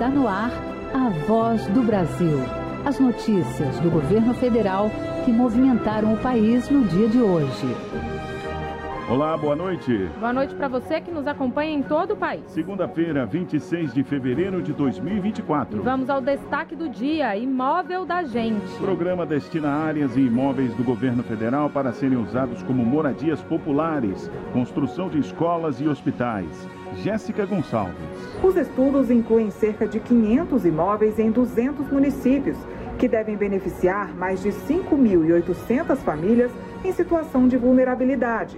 Está no ar a Voz do Brasil. As notícias do governo federal que movimentaram o país no dia de hoje. Olá, boa noite. Boa noite para você que nos acompanha em todo o país. Segunda-feira, 26 de fevereiro de 2024. E vamos ao destaque do dia, Imóvel da Gente. O programa destina áreas e imóveis do governo federal para serem usados como moradias populares, construção de escolas e hospitais. Jéssica Gonçalves. Os estudos incluem cerca de 500 imóveis em 200 municípios, que devem beneficiar mais de 5.800 famílias em situação de vulnerabilidade.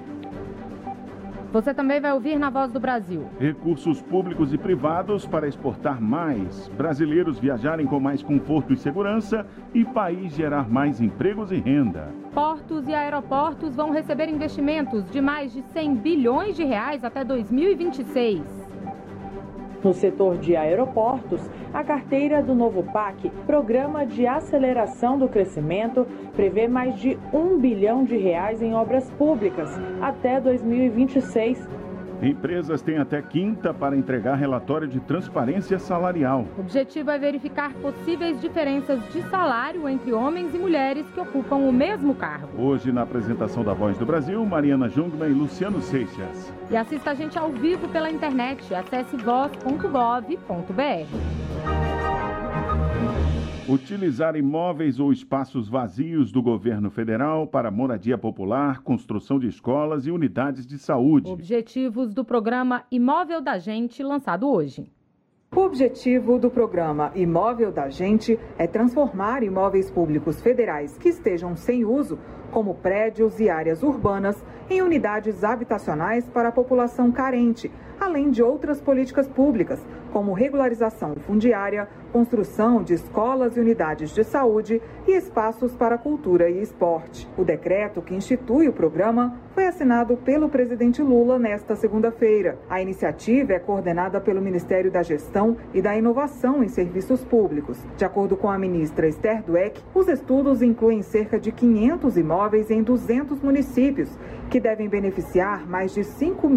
Você também vai ouvir na Voz do Brasil. Recursos públicos e privados para exportar mais, brasileiros viajarem com mais conforto e segurança e país gerar mais empregos e renda. Portos e aeroportos vão receber investimentos de mais de 100 bilhões de reais até 2026. No setor de aeroportos, a carteira do novo PAC, Programa de Aceleração do Crescimento, prevê mais de 1 bilhão de reais em obras públicas até 2026. Empresas têm até quinta para entregar relatório de transparência salarial. O objetivo é verificar possíveis diferenças de salário entre homens e mulheres que ocupam o mesmo cargo. Hoje, na apresentação da Voz do Brasil, Mariana Jungmann e Luciano Seixas. E assista a gente ao vivo pela internet. Acesse voz.gov.br. Utilizar imóveis ou espaços vazios do governo federal para moradia popular, construção de escolas e unidades de saúde. Objetivos do programa Imóvel da Gente, lançado hoje. O objetivo do programa Imóvel da Gente é transformar imóveis públicos federais que estejam sem uso, como prédios e áreas urbanas, em unidades habitacionais para a população carente, além de outras políticas públicas, como regularização fundiária, construção de escolas e unidades de saúde e espaços para cultura e esporte. O decreto que institui o programa foi assinado pelo presidente Lula nesta segunda-feira. A iniciativa é coordenada pelo Ministério da Gestão e da Inovação em Serviços Públicos. De acordo com a ministra Esther Dweck, os estudos incluem cerca de 500 imóveis em 200 municípios, que devem beneficiar mais de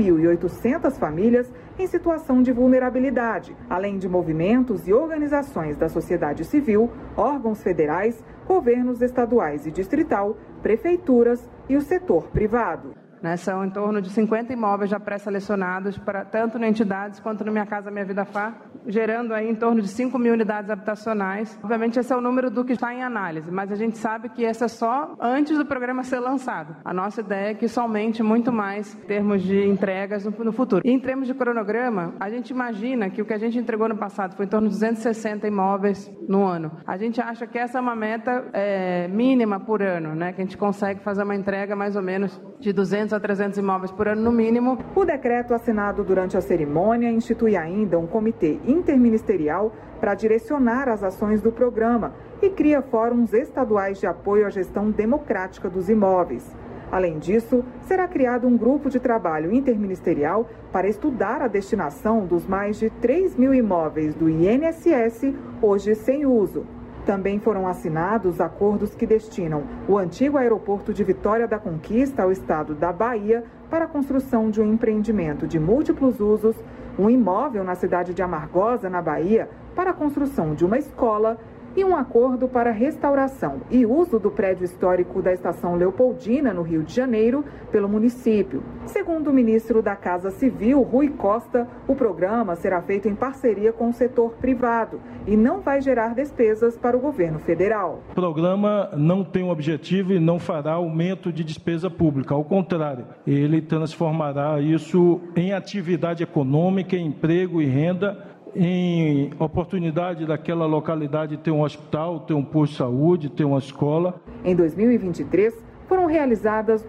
5.800 famílias em situação de vulnerabilidade, além de movimentos e organizações da sociedade civil, órgãos federais, governos estaduais e distrital, prefeituras e o setor privado. São em torno de 50 imóveis já pré-selecionados, tanto em entidades quanto no Minha Casa Minha Vida Fá, gerando aí em torno de 5 mil unidades habitacionais. Obviamente esse é o número do que está em análise, mas a gente sabe que esse é só antes do programa ser lançado. A nossa ideia é que isso aumente muito mais em termos de entregas no futuro. E em termos de cronograma, a gente imagina que o que a gente entregou no passado foi em torno de 260 imóveis no ano. A gente acha que essa é uma meta mínima por ano, que a gente consegue fazer uma entrega mais ou menos de 200 a 300 imóveis por ano no mínimo. O decreto assinado durante a cerimônia institui ainda um comitê interministerial para direcionar as ações do programa e cria fóruns estaduais de apoio à gestão democrática dos imóveis. Além disso, será criado um grupo de trabalho interministerial para estudar a destinação dos mais de 3 mil imóveis do INSS hoje sem uso. Também foram assinados acordos que destinam o antigo aeroporto de Vitória da Conquista ao estado da Bahia para a construção de um empreendimento de múltiplos usos, um imóvel na cidade de Amargosa, na Bahia, para a construção de uma escola e um acordo para restauração e uso do prédio histórico da Estação Leopoldina, no Rio de Janeiro, pelo município. Segundo o ministro da Casa Civil, Rui Costa, o programa será feito em parceria com o setor privado e não vai gerar despesas para o governo federal. O programa não tem um objetivo e não fará aumento de despesa pública, ao contrário, ele transformará isso em atividade econômica, em emprego e renda, em oportunidade daquela localidade ter um hospital, ter um posto de saúde, ter uma escola. Em 2023, foram realizadas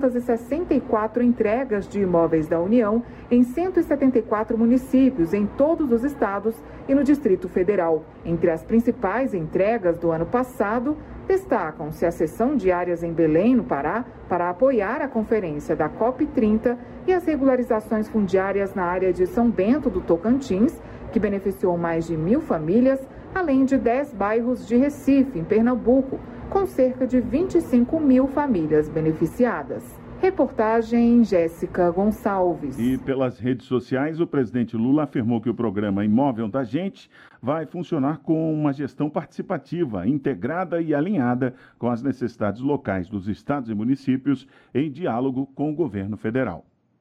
264 entregas de imóveis da União em 174 municípios em todos os estados e no Distrito Federal. Entre as principais entregas do ano passado, destacam-se a cessão de áreas em Belém, no Pará, para apoiar a conferência da COP30 e as regularizações fundiárias na área de São Bento do Tocantins, que beneficiou mais de 1.000 famílias, além de 10 bairros de Recife, em Pernambuco, com cerca de 25 mil famílias beneficiadas. Reportagem Jéssica Gonçalves. E pelas redes sociais, o presidente Lula afirmou que o programa Imóvel da Gente vai funcionar com uma gestão participativa, integrada e alinhada com as necessidades locais dos estados e municípios, em diálogo com o governo federal.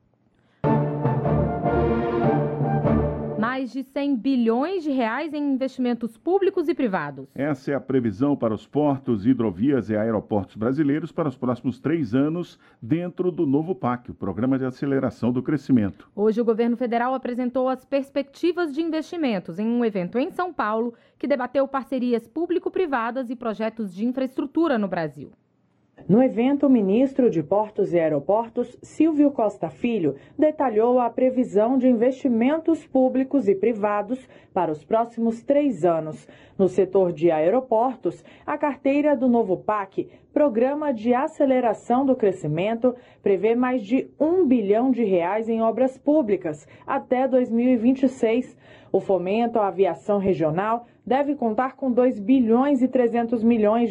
Mais de 100 bilhões de reais em investimentos públicos e privados. Essa é a previsão para os portos, hidrovias e aeroportos brasileiros para os próximos 3 anos, dentro do novo PAC, o Programa de Aceleração do Crescimento. Hoje, o governo federal apresentou as perspectivas de investimentos em um evento em São Paulo que debateu parcerias público-privadas e projetos de infraestrutura no Brasil. No evento, o ministro de Portos e Aeroportos, Silvio Costa Filho, detalhou a previsão de investimentos públicos e privados para os próximos 3 anos. No setor de aeroportos, a carteira do novo PAC, Programa de Aceleração do Crescimento, prevê mais de R$1 bilhão em obras públicas até 2026. O fomento à aviação regional deve contar com R$2 bilhões e 300 milhões,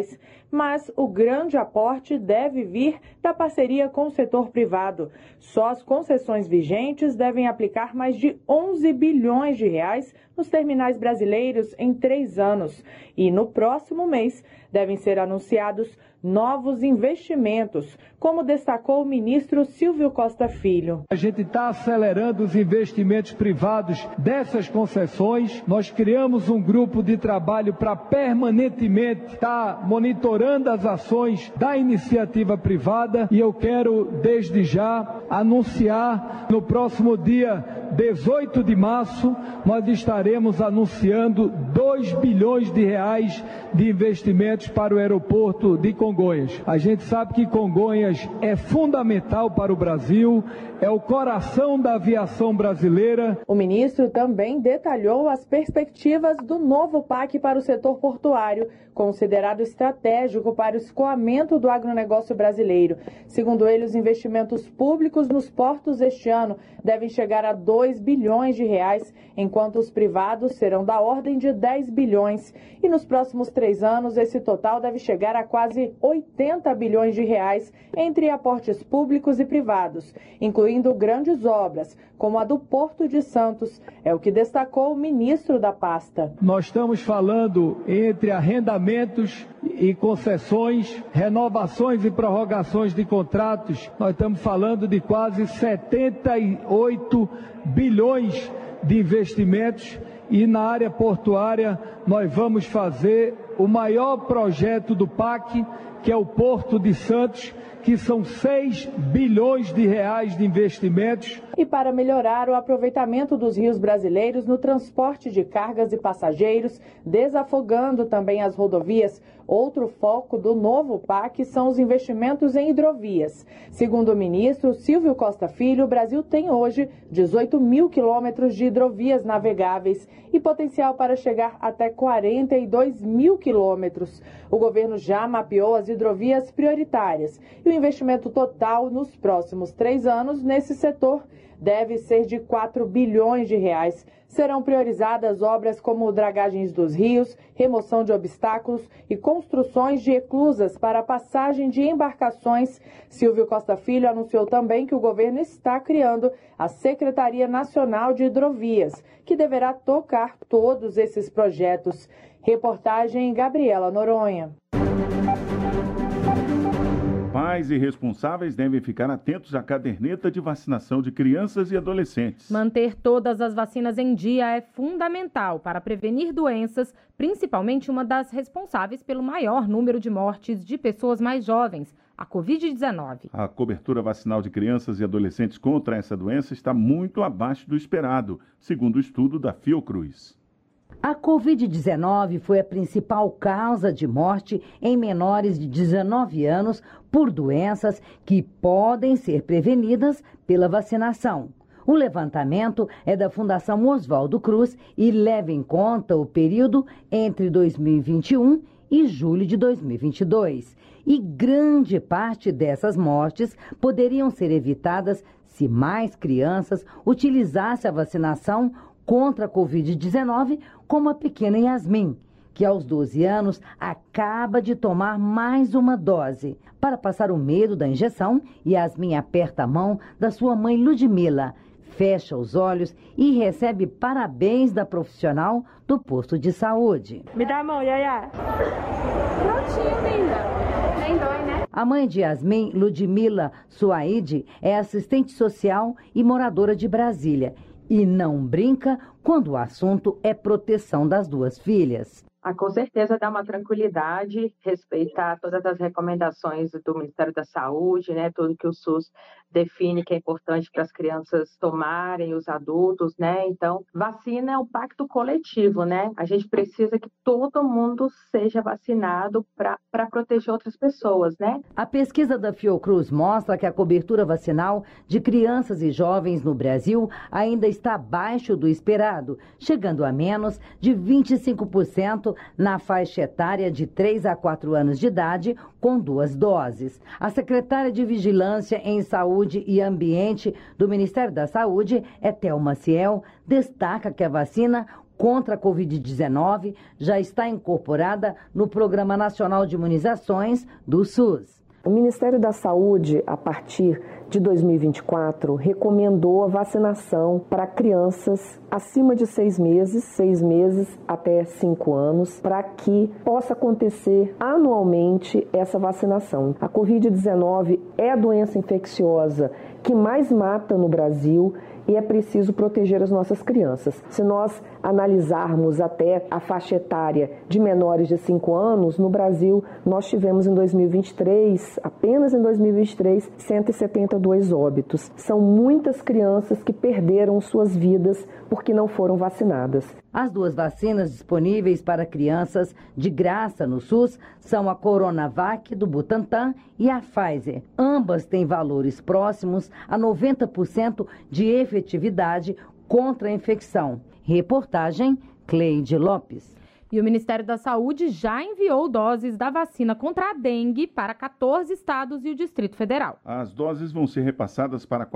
mas o grande aporte deve vir da parceria com o setor privado. Só as concessões vigentes devem aplicar mais de R$11 bilhões nos terminais brasileiros em 3 anos. E no próximo mês devem ser anunciados novos investimentos, como destacou o ministro Silvio Costa Filho. A gente está acelerando os investimentos privados dessas concessões. Nós criamos um grupo de trabalho para permanentemente estar monitorando as ações da iniciativa privada e eu quero, desde já, anunciar no próximo dia 18 de março, nós estaremos anunciando R$2 bilhões de investimentos para o aeroporto de Congonhas. A gente sabe que Congonhas é fundamental para o Brasil, é o coração da aviação brasileira. O ministro também detalhou as perspectivas do novo PAC para o setor portuário, considerado estratégico para o escoamento do agronegócio brasileiro. Segundo ele, os investimentos públicos nos portos este ano devem chegar a R$2 bilhões, enquanto os privados serão da ordem de R$10 bilhões. E nos próximos 3 anos, esse total deve chegar a quase R$80 bilhões entre aportes públicos e privados, incluindo grandes obras, como a do Porto de Santos, é o que destacou o ministro da pasta. Nós estamos falando entre arrendamentos e concessões, renovações e prorrogações de contratos, nós estamos falando de quase 78 bilhões de investimentos e na área portuária nós vamos fazer o maior projeto do PAC, que é o Porto de Santos, que são 6 bilhões de investimentos. E para melhorar o aproveitamento dos rios brasileiros no transporte de cargas e passageiros, desafogando também as rodovias, outro foco do novo PAC são os investimentos em hidrovias. Segundo o ministro Silvio Costa Filho, o Brasil tem hoje 18 mil quilômetros de hidrovias navegáveis e potencial para chegar até 42 mil quilômetros. O governo já mapeou as hidrovias prioritárias e o investimento total nos próximos 3 anos nesse setor deve ser de R$4 bilhões. Serão priorizadas obras como dragagens dos rios, remoção de obstáculos e construções de eclusas para a passagem de embarcações. Silvio Costa Filho anunciou também que o governo está criando a Secretaria Nacional de Hidrovias, que deverá tocar todos esses projetos. Reportagem Gabriela Noronha. Pais e responsáveis devem ficar atentos à caderneta de vacinação de crianças e adolescentes. Manter todas as vacinas em dia é fundamental para prevenir doenças, principalmente uma das responsáveis pelo maior número de mortes de pessoas mais jovens, a Covid-19. A cobertura vacinal de crianças e adolescentes contra essa doença está muito abaixo do esperado, segundo o estudo da Fiocruz. A Covid-19 foi a principal causa de morte em menores de 19 anos por doenças que podem ser prevenidas pela vacinação. O levantamento é da Fundação Oswaldo Cruz e leva em conta o período entre 2021 e julho de 2022. E grande parte dessas mortes poderiam ser evitadas se mais crianças utilizassem a vacinação contra a Covid-19, como a pequena Yasmin, que aos 12 anos acaba de tomar mais uma dose. Para passar o medo da injeção, Yasmin aperta a mão da sua mãe Ludmila, fecha os olhos e recebe parabéns da profissional do posto de saúde. Me dá a mão, Yaya. Prontinho, linda. Nem dói, né? A mãe de Yasmin, Ludmila Suaide, é assistente social e moradora de Brasília e não brinca quando o assunto é proteção das duas filhas. Com certeza dá uma tranquilidade, respeitar todas as recomendações do Ministério da Saúde, né? Tudo que o SUS define que é importante para as crianças tomarem, os adultos, né? Então, vacina é um pacto coletivo, né? A gente precisa que todo mundo seja vacinado para proteger outras pessoas, né? A pesquisa da Fiocruz mostra que a cobertura vacinal de crianças e jovens no Brasil ainda está abaixo do esperado, chegando a menos de 25% na faixa etária de 3 a 4 anos de idade, com 2 doses. A secretária de Vigilância em Saúde e Ambiente do Ministério da Saúde, Etel Maciel, destaca que a vacina contra a Covid-19 já está incorporada no Programa Nacional de Imunizações do SUS. O Ministério da Saúde, a partir de 2024, recomendou a vacinação para crianças acima de 6 meses até 5 anos, para que possa acontecer anualmente essa vacinação. A Covid-19 é a doença infecciosa que mais mata no Brasil e é preciso proteger as nossas crianças. Se nós analisarmos até a faixa etária de menores de 5 anos, no Brasil nós tivemos em 2023, apenas em 2023, 172 óbitos. São muitas crianças que perderam suas vidas porque não foram vacinadas. As 2 vacinas disponíveis para crianças de graça no SUS são a Coronavac do Butantan e a Pfizer. Ambas têm valores próximos a 90% de efetividade contra a infecção. Reportagem Cleide Lopes. E o Ministério da Saúde já enviou doses da vacina contra a dengue para 14 estados e o Distrito Federal. As doses vão ser repassadas para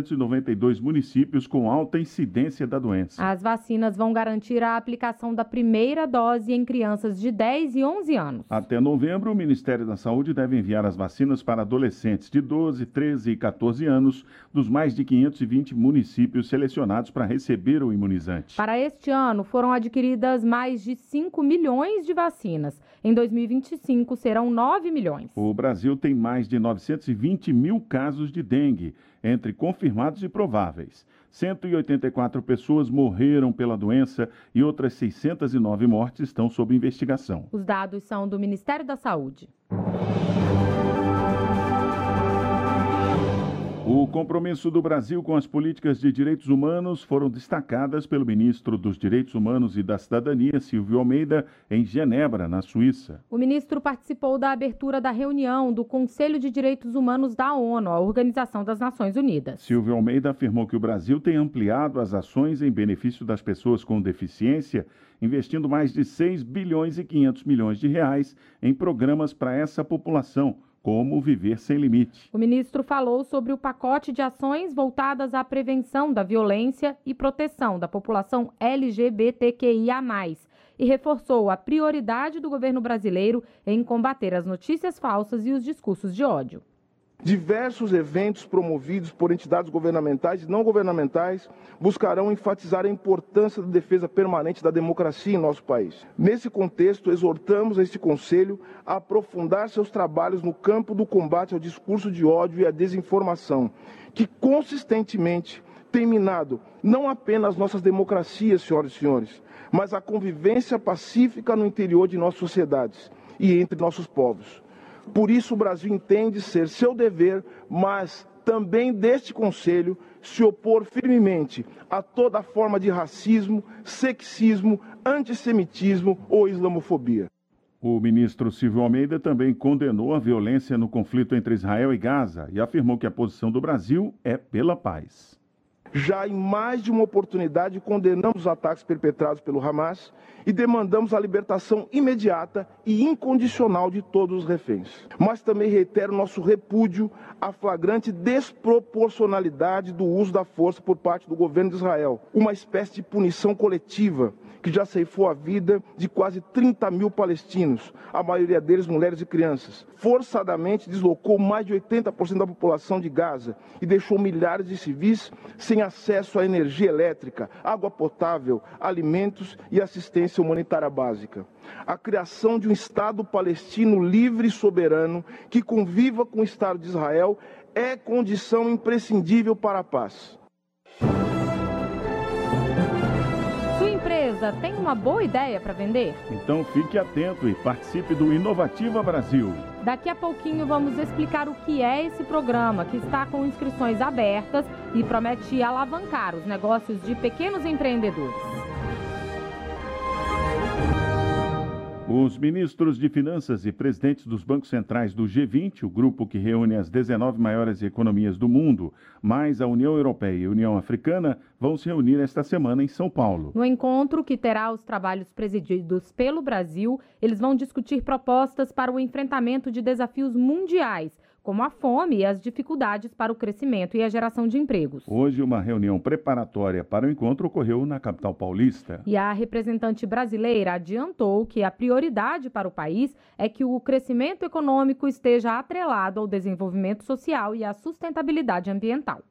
492 municípios com alta incidência da doença. As vacinas vão garantir a aplicação da primeira dose em crianças de 10 e 11 anos. Até novembro, o Ministério da Saúde deve enviar as vacinas para adolescentes de 12, 13 e 14 anos dos mais de 520 municípios selecionados para receber o imunizante. Para este ano, foram adquiridas mais de 5 milhões de vacinas. Em 2025, serão 9 milhões. O Brasil tem mais de 920 mil casos de dengue, entre confirmados e prováveis. 184 pessoas morreram pela doença e outras 609 mortes estão sob investigação. Os dados são do Ministério da Saúde. O compromisso do Brasil com as políticas de direitos humanos foram destacadas pelo ministro dos Direitos Humanos e da Cidadania, Silvio Almeida, em Genebra, na Suíça. O ministro participou da abertura da reunião do Conselho de Direitos Humanos da ONU, a Organização das Nações Unidas. Silvio Almeida afirmou que o Brasil tem ampliado as ações em benefício das pessoas com deficiência, investindo mais de 6 bilhões e 500 milhões de reais em programas para essa população, como Viver Sem Limite. O ministro falou sobre o pacote de ações voltadas à prevenção da violência e proteção da população LGBTQIA+, e reforçou a prioridade do governo brasileiro em combater as notícias falsas e os discursos de ódio. Diversos eventos promovidos por entidades governamentais e não governamentais buscarão enfatizar a importância da defesa permanente da democracia em nosso país. Nesse contexto, exortamos este Conselho a aprofundar seus trabalhos no campo do combate ao discurso de ódio e à desinformação, que consistentemente tem minado não apenas nossas democracias, senhoras e senhores, mas a convivência pacífica no interior de nossas sociedades e entre nossos povos. Por isso, o Brasil entende ser seu dever, mas também deste Conselho, se opor firmemente a toda forma de racismo, sexismo, antissemitismo ou islamofobia. O ministro Silvio Almeida também condenou a violência no conflito entre Israel e Gaza e afirmou que a posição do Brasil é pela paz. Já em mais de uma oportunidade, condenamos os ataques perpetrados pelo Hamas e demandamos a libertação imediata e incondicional de todos os reféns. Mas também reitero nosso repúdio à flagrante desproporcionalidade do uso da força por parte do governo de Israel, uma espécie de punição coletiva que já ceifou a vida de quase 30 mil palestinos, a maioria deles mulheres e crianças. Forçadamente deslocou mais de 80% da população de Gaza e deixou milhares de civis sem acesso à energia elétrica, água potável, alimentos e assistência humanitária básica. A criação de um Estado palestino livre e soberano que conviva com o Estado de Israel é condição imprescindível para a paz. Sua empresa tem uma boa ideia para vender? Então fique atento e participe do Inovativa Brasil. Daqui a pouquinho vamos explicar o que é esse programa, que está com inscrições abertas e promete alavancar os negócios de pequenos empreendedores. Os ministros de Finanças e presidentes dos bancos centrais do G20, o grupo que reúne as 19 maiores economias do mundo, mais a União Europeia e a União Africana, vão se reunir esta semana em São Paulo. No encontro, que terá os trabalhos presididos pelo Brasil, eles vão discutir propostas para o enfrentamento de desafios mundiais, como a fome e as dificuldades para o crescimento e a geração de empregos. Hoje, uma reunião preparatória para o encontro ocorreu na capital paulista. E a representante brasileira adiantou que a prioridade para o país é que o crescimento econômico esteja atrelado ao desenvolvimento social e à sustentabilidade ambiental.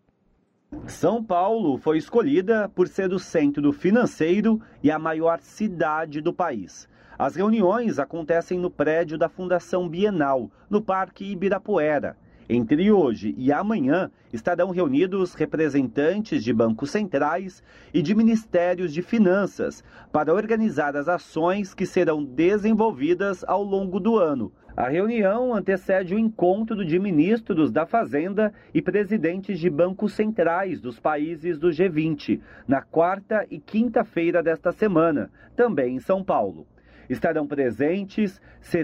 São Paulo foi escolhida por ser o centro financeiro e a maior cidade do país. As reuniões acontecem no prédio da Fundação Bienal, no Parque Ibirapuera. Entre hoje e amanhã estarão reunidos representantes de bancos centrais e de ministérios de finanças para organizar as ações que serão desenvolvidas ao longo do ano. A reunião antecede o encontro de ministros da Fazenda e presidentes de bancos centrais dos países do G20, na quarta e quinta-feira desta semana, também em São Paulo. Estarão presentes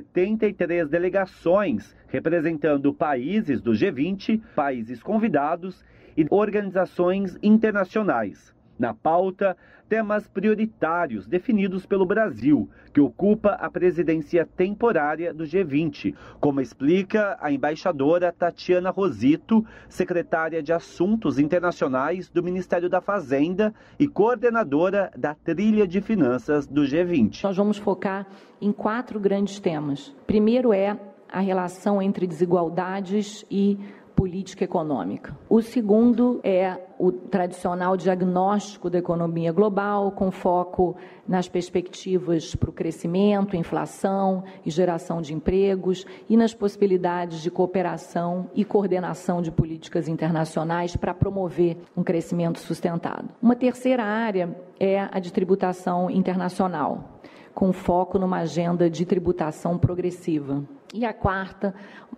73 delegações representando países do G20, países convidados e organizações internacionais. Na pauta, temas prioritários definidos pelo Brasil, que ocupa a presidência temporária do G20, como explica a embaixadora Tatiana Rosito, secretária de Assuntos Internacionais do Ministério da Fazenda e coordenadora da Trilha de Finanças do G20. Nós vamos focar em 4 grandes temas. Primeiro é a relação entre desigualdades e política econômica. O segundo é o tradicional diagnóstico da economia global, com foco nas perspectivas para o crescimento, inflação e geração de empregos e nas possibilidades de cooperação e coordenação de políticas internacionais para promover um crescimento sustentado. Uma terceira área é a de tributação internacional, com foco numa agenda de tributação progressiva. E a quarta,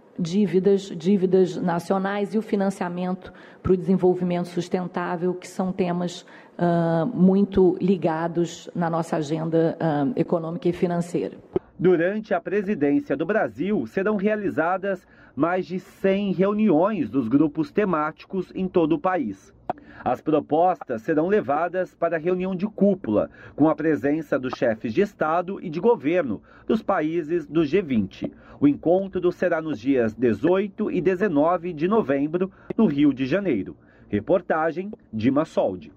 dívidas nacionais e o financiamento para o desenvolvimento sustentável, que são temas muito ligados na nossa agenda econômica e financeira. Durante a presidência do Brasil, serão realizadas mais de 100 reuniões dos grupos temáticos em todo o país. As propostas serão levadas para a reunião de cúpula, com a presença dos chefes de Estado e de governo dos países do G20. O encontro será nos dias 18 e 19 de novembro, no Rio de Janeiro. Reportagem Dima Soldi.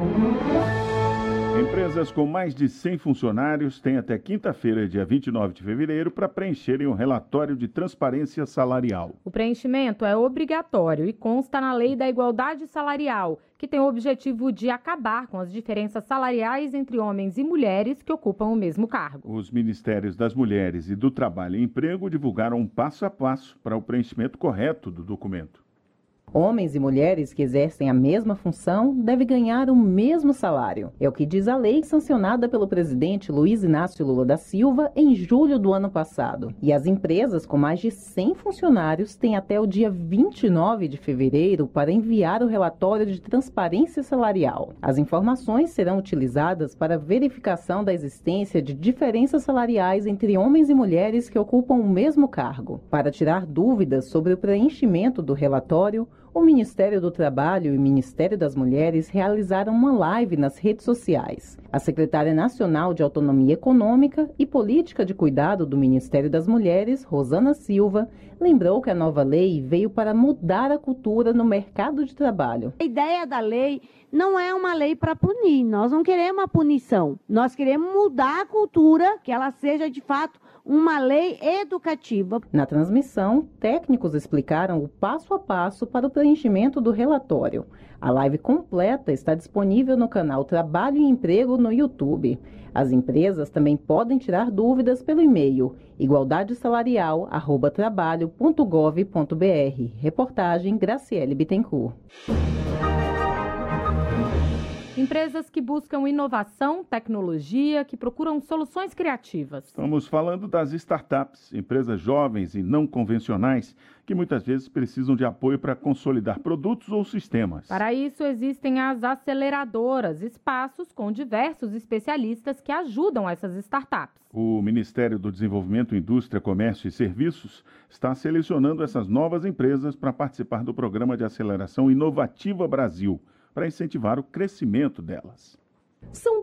Empresas com mais de 100 funcionários têm até quinta-feira, dia 29 de fevereiro, para preencherem o relatório de transparência salarial. O preenchimento é obrigatório e consta na Lei da Igualdade Salarial, que tem o objetivo de acabar com as diferenças salariais entre homens e mulheres que ocupam o mesmo cargo. Os Ministérios das Mulheres e do Trabalho e Emprego divulgaram um passo a passo para o preenchimento correto do documento. Homens e mulheres que exercem a mesma função devem ganhar o mesmo salário. É o que diz a lei sancionada pelo presidente Luiz Inácio Lula da Silva em julho do ano passado. E as empresas com mais de 100 funcionários têm até o dia 29 de fevereiro para enviar o relatório de transparência salarial. As informações serão utilizadas para verificação da existência de diferenças salariais entre homens e mulheres que ocupam o mesmo cargo. Para tirar dúvidas sobre o preenchimento do relatório, o Ministério do Trabalho e o Ministério das Mulheres realizaram uma live nas redes sociais. A secretária nacional de Autonomia Econômica e Política de Cuidado do Ministério das Mulheres, Rosana Silva, lembrou que a nova lei veio para mudar a cultura no mercado de trabalho. A ideia da lei não é uma lei para punir, nós não queremos uma punição, nós queremos mudar a cultura, que ela seja de fato uma lei educativa. Na transmissão, técnicos explicaram o passo a passo para o preenchimento do relatório. A live completa está disponível no canal Trabalho e Emprego no YouTube. As empresas também podem tirar dúvidas pelo e-mail igualdadesalarial@trabalho.gov.br. Reportagem Graciele Bittencourt. Empresas que buscam inovação, tecnologia, que procuram soluções criativas. Estamos falando das startups, empresas jovens e não convencionais que muitas vezes precisam de apoio para consolidar produtos ou sistemas. Para isso, existem as aceleradoras, espaços com diversos especialistas que ajudam essas startups. O Ministério do Desenvolvimento, Indústria, Comércio e Serviços está selecionando essas novas empresas para participar do Programa de Aceleração Inovativa Brasil, para incentivar o crescimento delas. São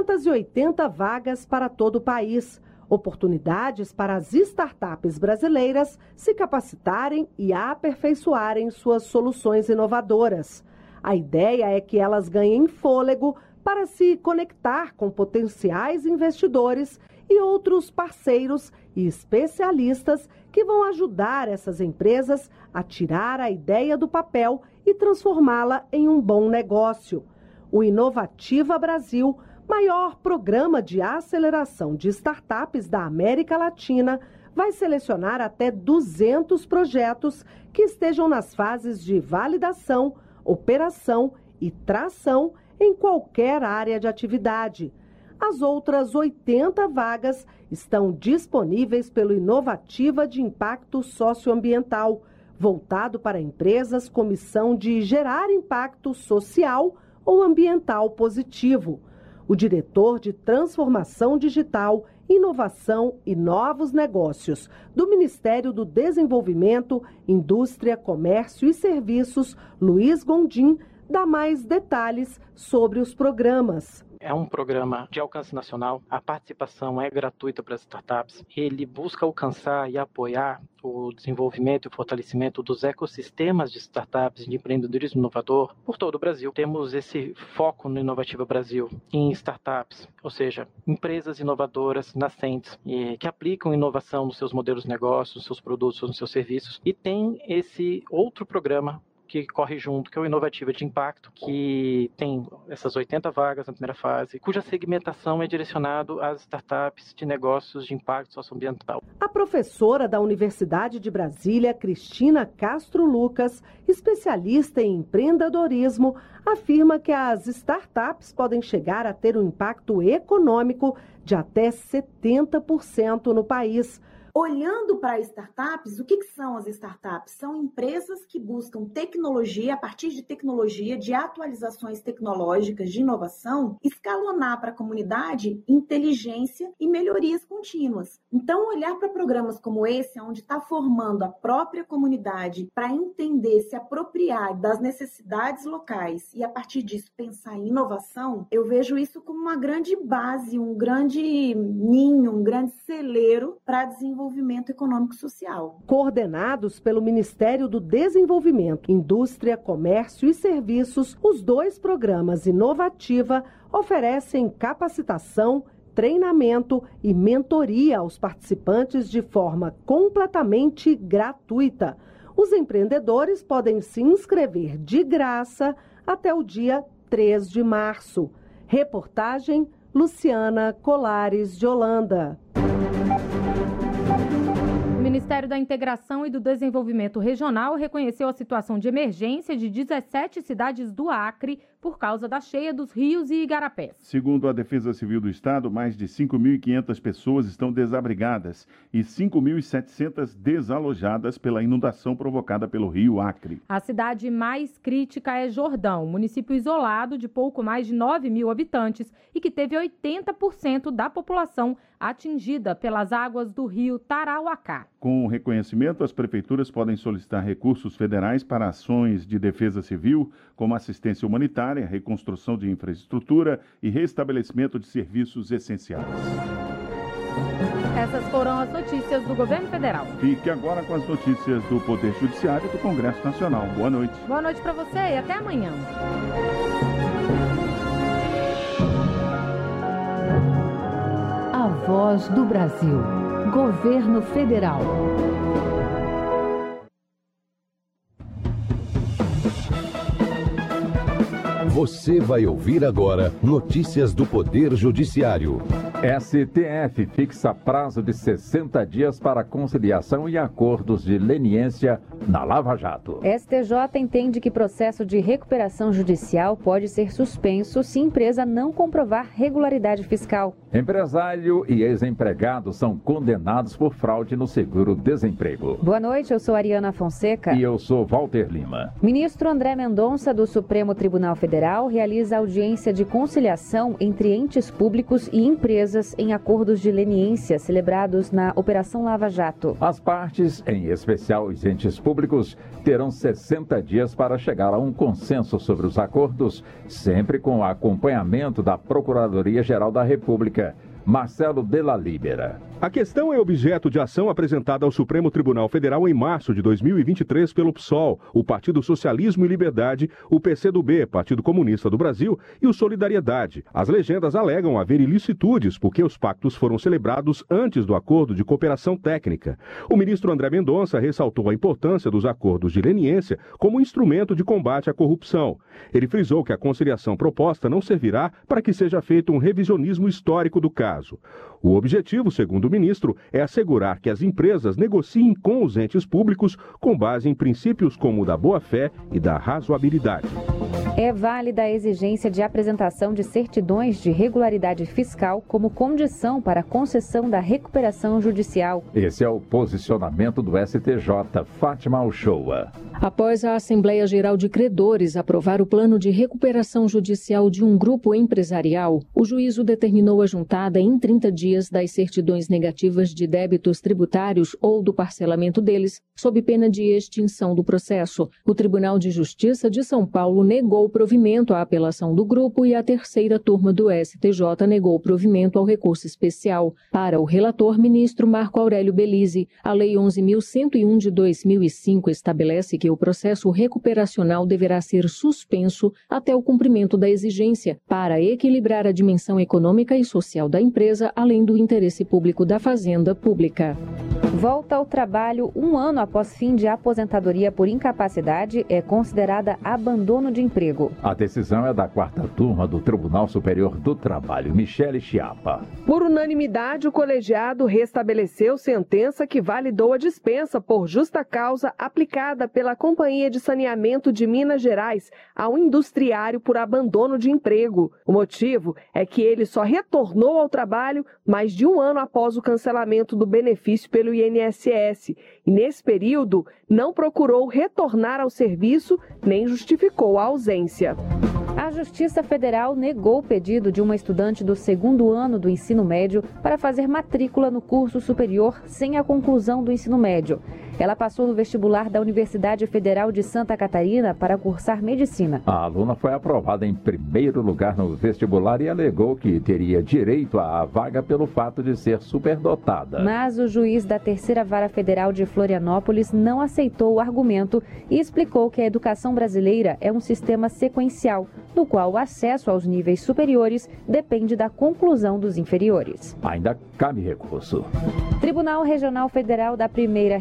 280 vagas para todo o país, oportunidades para as startups brasileiras se capacitarem e aperfeiçoarem suas soluções inovadoras. A ideia é que elas ganhem fôlego para se conectar com potenciais investidores e outros parceiros e especialistas que vão ajudar essas empresas a tirar a ideia do papel e transformá-la em um bom negócio. O Inovativa Brasil, maior programa de aceleração de startups da América Latina, vai selecionar até 200 projetos que estejam nas fases de validação, operação e tração em qualquer área de atividade. As outras 80 vagas estão disponíveis pelo Inovativa de Impacto Socioambiental, voltado para empresas com missão de gerar impacto social ou ambiental positivo. O diretor de Transformação Digital, Inovação e Novos Negócios do Ministério do Desenvolvimento, Indústria, Comércio e Serviços, Luiz Gondim, dá mais detalhes sobre os programas. É um programa de alcance nacional, a participação é gratuita para as startups. Ele busca alcançar e apoiar o desenvolvimento e o fortalecimento dos ecossistemas de startups e de empreendedorismo inovador por todo o Brasil. Temos esse foco no Inovativa Brasil em startups, ou seja, empresas inovadoras nascentes que aplicam inovação nos seus modelos de negócio, nos seus produtos, nos seus serviços. E tem esse outro programa que corre junto, que é o Inovativa de Impacto, que tem essas 80 vagas na primeira fase, cuja segmentação é direcionada às startups de negócios de impacto socioambiental. A professora da Universidade de Brasília, Cristina Castro Lucas, especialista em empreendedorismo, afirma que as startups podem chegar a ter um impacto econômico de até 70% no país. Olhando para startups, o que são as startups? São empresas que buscam tecnologia, a partir de tecnologia, de atualizações tecnológicas, de inovação, escalonar para a comunidade inteligência e melhorias contínuas. Então, olhar para programas como esse, onde está formando a própria comunidade para entender, se apropriar das necessidades locais e, a partir disso, pensar em inovação, eu vejo isso como uma grande base, um grande ninho, um grande celeiro para desenvolvimento econômico e social. Coordenados pelo Ministério do Desenvolvimento, Indústria, Comércio e Serviços, os dois programas Inovativa oferecem capacitação, treinamento e mentoria aos participantes de forma completamente gratuita. Os empreendedores podem se inscrever de graça até o dia 3 de março. Reportagem Luciana Colares de Holanda. O Ministério da Integração e do Desenvolvimento Regional reconheceu a situação de emergência de 17 cidades do Acre por causa da cheia dos rios e igarapés. Segundo a Defesa Civil do Estado, mais de 5.500 pessoas estão desabrigadas e 5.700 desalojadas pela inundação provocada pelo rio Acre. A cidade mais crítica é Jordão, município isolado de pouco mais de 9.000 habitantes e que teve 80% da população atingida pelas águas do rio Tarauacá. Com o reconhecimento, as prefeituras podem solicitar recursos federais para ações de defesa civil, como assistência humanitária, reconstrução de infraestrutura e restabelecimento de serviços essenciais. Essas foram as notícias do Governo Federal. Fique agora com as notícias do Poder Judiciário e do Congresso Nacional. Boa noite. Boa noite para você e até amanhã. A Voz do Brasil. Governo Federal. Você vai ouvir agora notícias do Poder Judiciário. STF fixa prazo de 60 dias para conciliação e acordos de leniência na Lava Jato. STJ entende que processo de recuperação judicial pode ser suspenso se empresa não comprovar regularidade fiscal. Empresário e ex-empregado são condenados por fraude no seguro-desemprego. Boa noite, eu sou Ariana Fonseca. E eu sou Walter Lima. Ministro André Mendonça, do Supremo Tribunal Federal, realiza audiência de conciliação entre entes públicos e empresas em acordos de leniência celebrados na Operação Lava Jato. As partes, em especial os entes públicos, terão 60 dias para chegar a um consenso sobre os acordos, sempre com o acompanhamento da Procuradoria-Geral da República. Marcelo Della Libera. A questão é objeto de ação apresentada ao Supremo Tribunal Federal em março de 2023 pelo PSOL, o Partido Socialismo e Liberdade, o PCdoB, Partido Comunista do Brasil, e o Solidariedade. As legendas alegam haver ilicitudes porque os pactos foram celebrados antes do acordo de cooperação técnica. O ministro André Mendonça ressaltou a importância dos acordos de leniência como instrumento de combate à corrupção. Ele frisou que a conciliação proposta não servirá para que seja feito um revisionismo histórico do caso. O objetivo, segundo o ministro, é assegurar que as empresas negociem com os entes públicos com base em princípios como o da boa-fé e da razoabilidade. É válida a exigência de apresentação de certidões de regularidade fiscal como condição para a concessão da recuperação judicial. Esse é o posicionamento do STJ. Fátima Uchoa. Após a Assembleia Geral de Credores aprovar o plano de recuperação judicial de um grupo empresarial, o juízo determinou a juntada em 30 dias das certidões negativas de débitos tributários ou do parcelamento deles, sob pena de extinção do processo. O Tribunal de Justiça de São Paulo negou provimento à apelação do grupo e a terceira turma do STJ negou provimento ao recurso especial. Para o relator, ministro Marco Aurélio Belize, a Lei 11.101 de 2005 estabelece que o processo recuperacional deverá ser suspenso até o cumprimento da exigência para equilibrar a dimensão econômica e social da empresa, além do interesse público da Fazenda Pública. Volta ao trabalho um ano após fim de aposentadoria por incapacidade é considerada abandono de emprego. A decisão é da quarta turma do Tribunal Superior do Trabalho. Michele Chiapa. Por unanimidade, o colegiado restabeleceu sentença que validou a dispensa por justa causa aplicada pela Companhia de Saneamento de Minas Gerais ao industriário por abandono de emprego. O motivo é que ele só retornou ao trabalho mais de um ano após o cancelamento do benefício pelo INSS e, nesse período, não procurou retornar ao serviço nem justificou a ausência. A Justiça Federal negou o pedido de uma estudante do segundo ano do ensino médio para fazer matrícula no curso superior sem a conclusão do ensino médio. Ela passou no vestibular da Universidade Federal de Santa Catarina para cursar medicina. A aluna foi aprovada em primeiro lugar no vestibular e alegou que teria direito à vaga pelo fato de ser superdotada. Mas o juiz da Terceira Vara Federal de Florianópolis não aceitou o argumento e explicou que a educação brasileira é um sistema sequencial, no qual o acesso aos níveis superiores depende da conclusão dos inferiores. Ainda cabe recurso. Tribunal Regional Federal da Primeira Região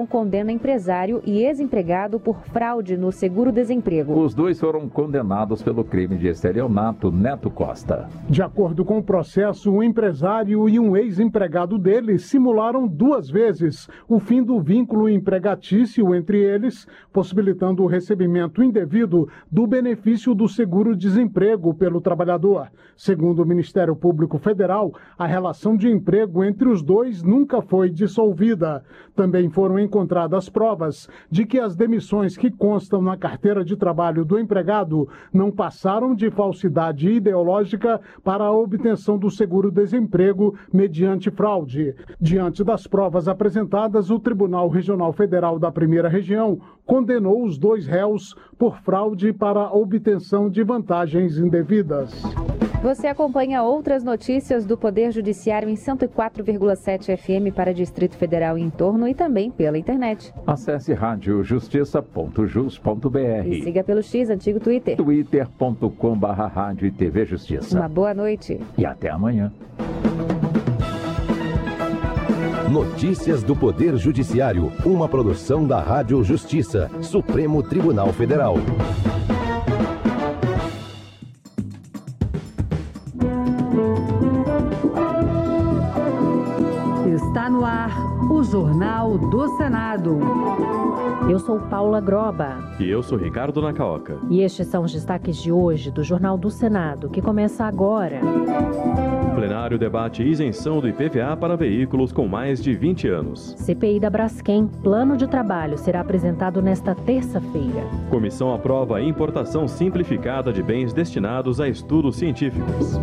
Região condena empresário e ex-empregado por fraude no seguro-desemprego. Os dois foram condenados pelo crime de estelionato. Neto Costa. De acordo com o processo, um empresário e um ex-empregado dele simularam 2 vezes o fim do vínculo empregatício entre eles, possibilitando o recebimento indevido do benefício do seguro-desemprego pelo trabalhador. Segundo o Ministério Público Federal, a relação de emprego entre os dois nunca foi dissolvida. Também foram encontradas provas de que as demissões que constam na carteira de trabalho do empregado não passaram de falsidade ideológica para a obtenção do seguro-desemprego mediante fraude. Diante das provas apresentadas, o Tribunal Regional Federal da Primeira Região condenou os 2 réus por fraude para a obtenção de vantagens indevidas. Você acompanha outras notícias do Poder Judiciário em 104,7 FM para Distrito Federal e em torno e também pela internet. Acesse radiojustiça.jus.br e siga pelo X, antigo Twitter. twitter.com/rádio e TV Justiça. Uma boa noite. E até amanhã. Notícias do Poder Judiciário, uma produção da Rádio Justiça, Supremo Tribunal Federal. Está no ar o Jornal do Senado. Eu sou Paula Groba. E eu sou Ricardo Nacaoca. E estes são os destaques de hoje do Jornal do Senado, que começa agora. O plenário debate isenção do IPVA para veículos com mais de 20 anos. CPI da Braskem, plano de trabalho será apresentado nesta terça-feira. Comissão aprova a importação simplificada de bens destinados a estudos científicos.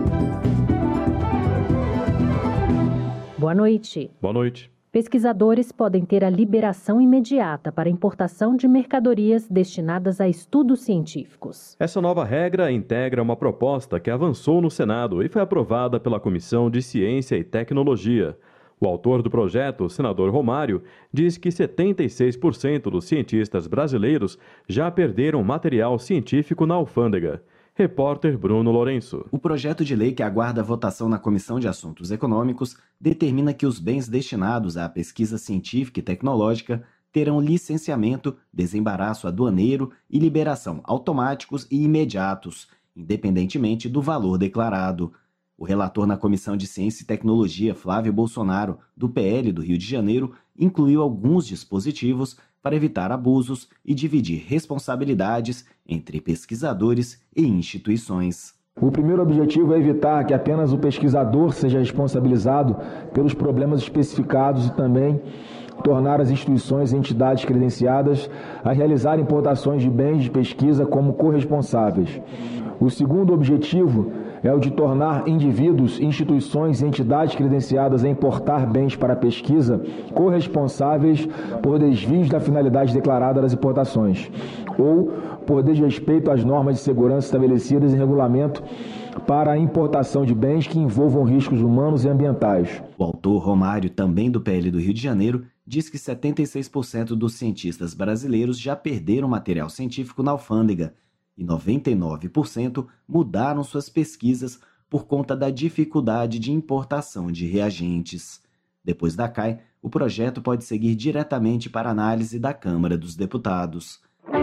Boa noite. Boa noite. Pesquisadores podem ter a liberação imediata para importação de mercadorias destinadas a estudos científicos. Essa nova regra integra uma proposta que avançou no Senado e foi aprovada pela Comissão de Ciência e Tecnologia. O autor do projeto, o senador Romário, diz que 76% dos cientistas brasileiros já perderam material científico na alfândega. Repórter Bruno Lourenço. O projeto de lei que aguarda votação na Comissão de Assuntos Econômicos determina que os bens destinados à pesquisa científica e tecnológica terão licenciamento, desembaraço aduaneiro e liberação automáticos e imediatos, independentemente do valor declarado. O relator na Comissão de Ciência e Tecnologia, Flávio Bolsonaro, do PL do Rio de Janeiro, incluiu alguns dispositivos para evitar abusos e dividir responsabilidades entre pesquisadores e instituições. O primeiro objetivo é evitar que apenas o pesquisador seja responsabilizado pelos problemas especificados e também tornar as instituições e entidades credenciadas a realizar importações de bens de pesquisa como corresponsáveis. O segundo objetivo é o de tornar indivíduos, instituições e entidades credenciadas a importar bens para pesquisa corresponsáveis por desvios da finalidade declarada das importações ou por desrespeito às normas de segurança estabelecidas em regulamento para a importação de bens que envolvam riscos humanos e ambientais. O autor Romário, também do PL do Rio de Janeiro, diz que 76% dos cientistas brasileiros já perderam material científico na alfândega e 99% mudaram suas pesquisas por conta da dificuldade de importação de reagentes. Depois da CAI, o projeto pode seguir diretamente para análise da Câmara dos Deputados.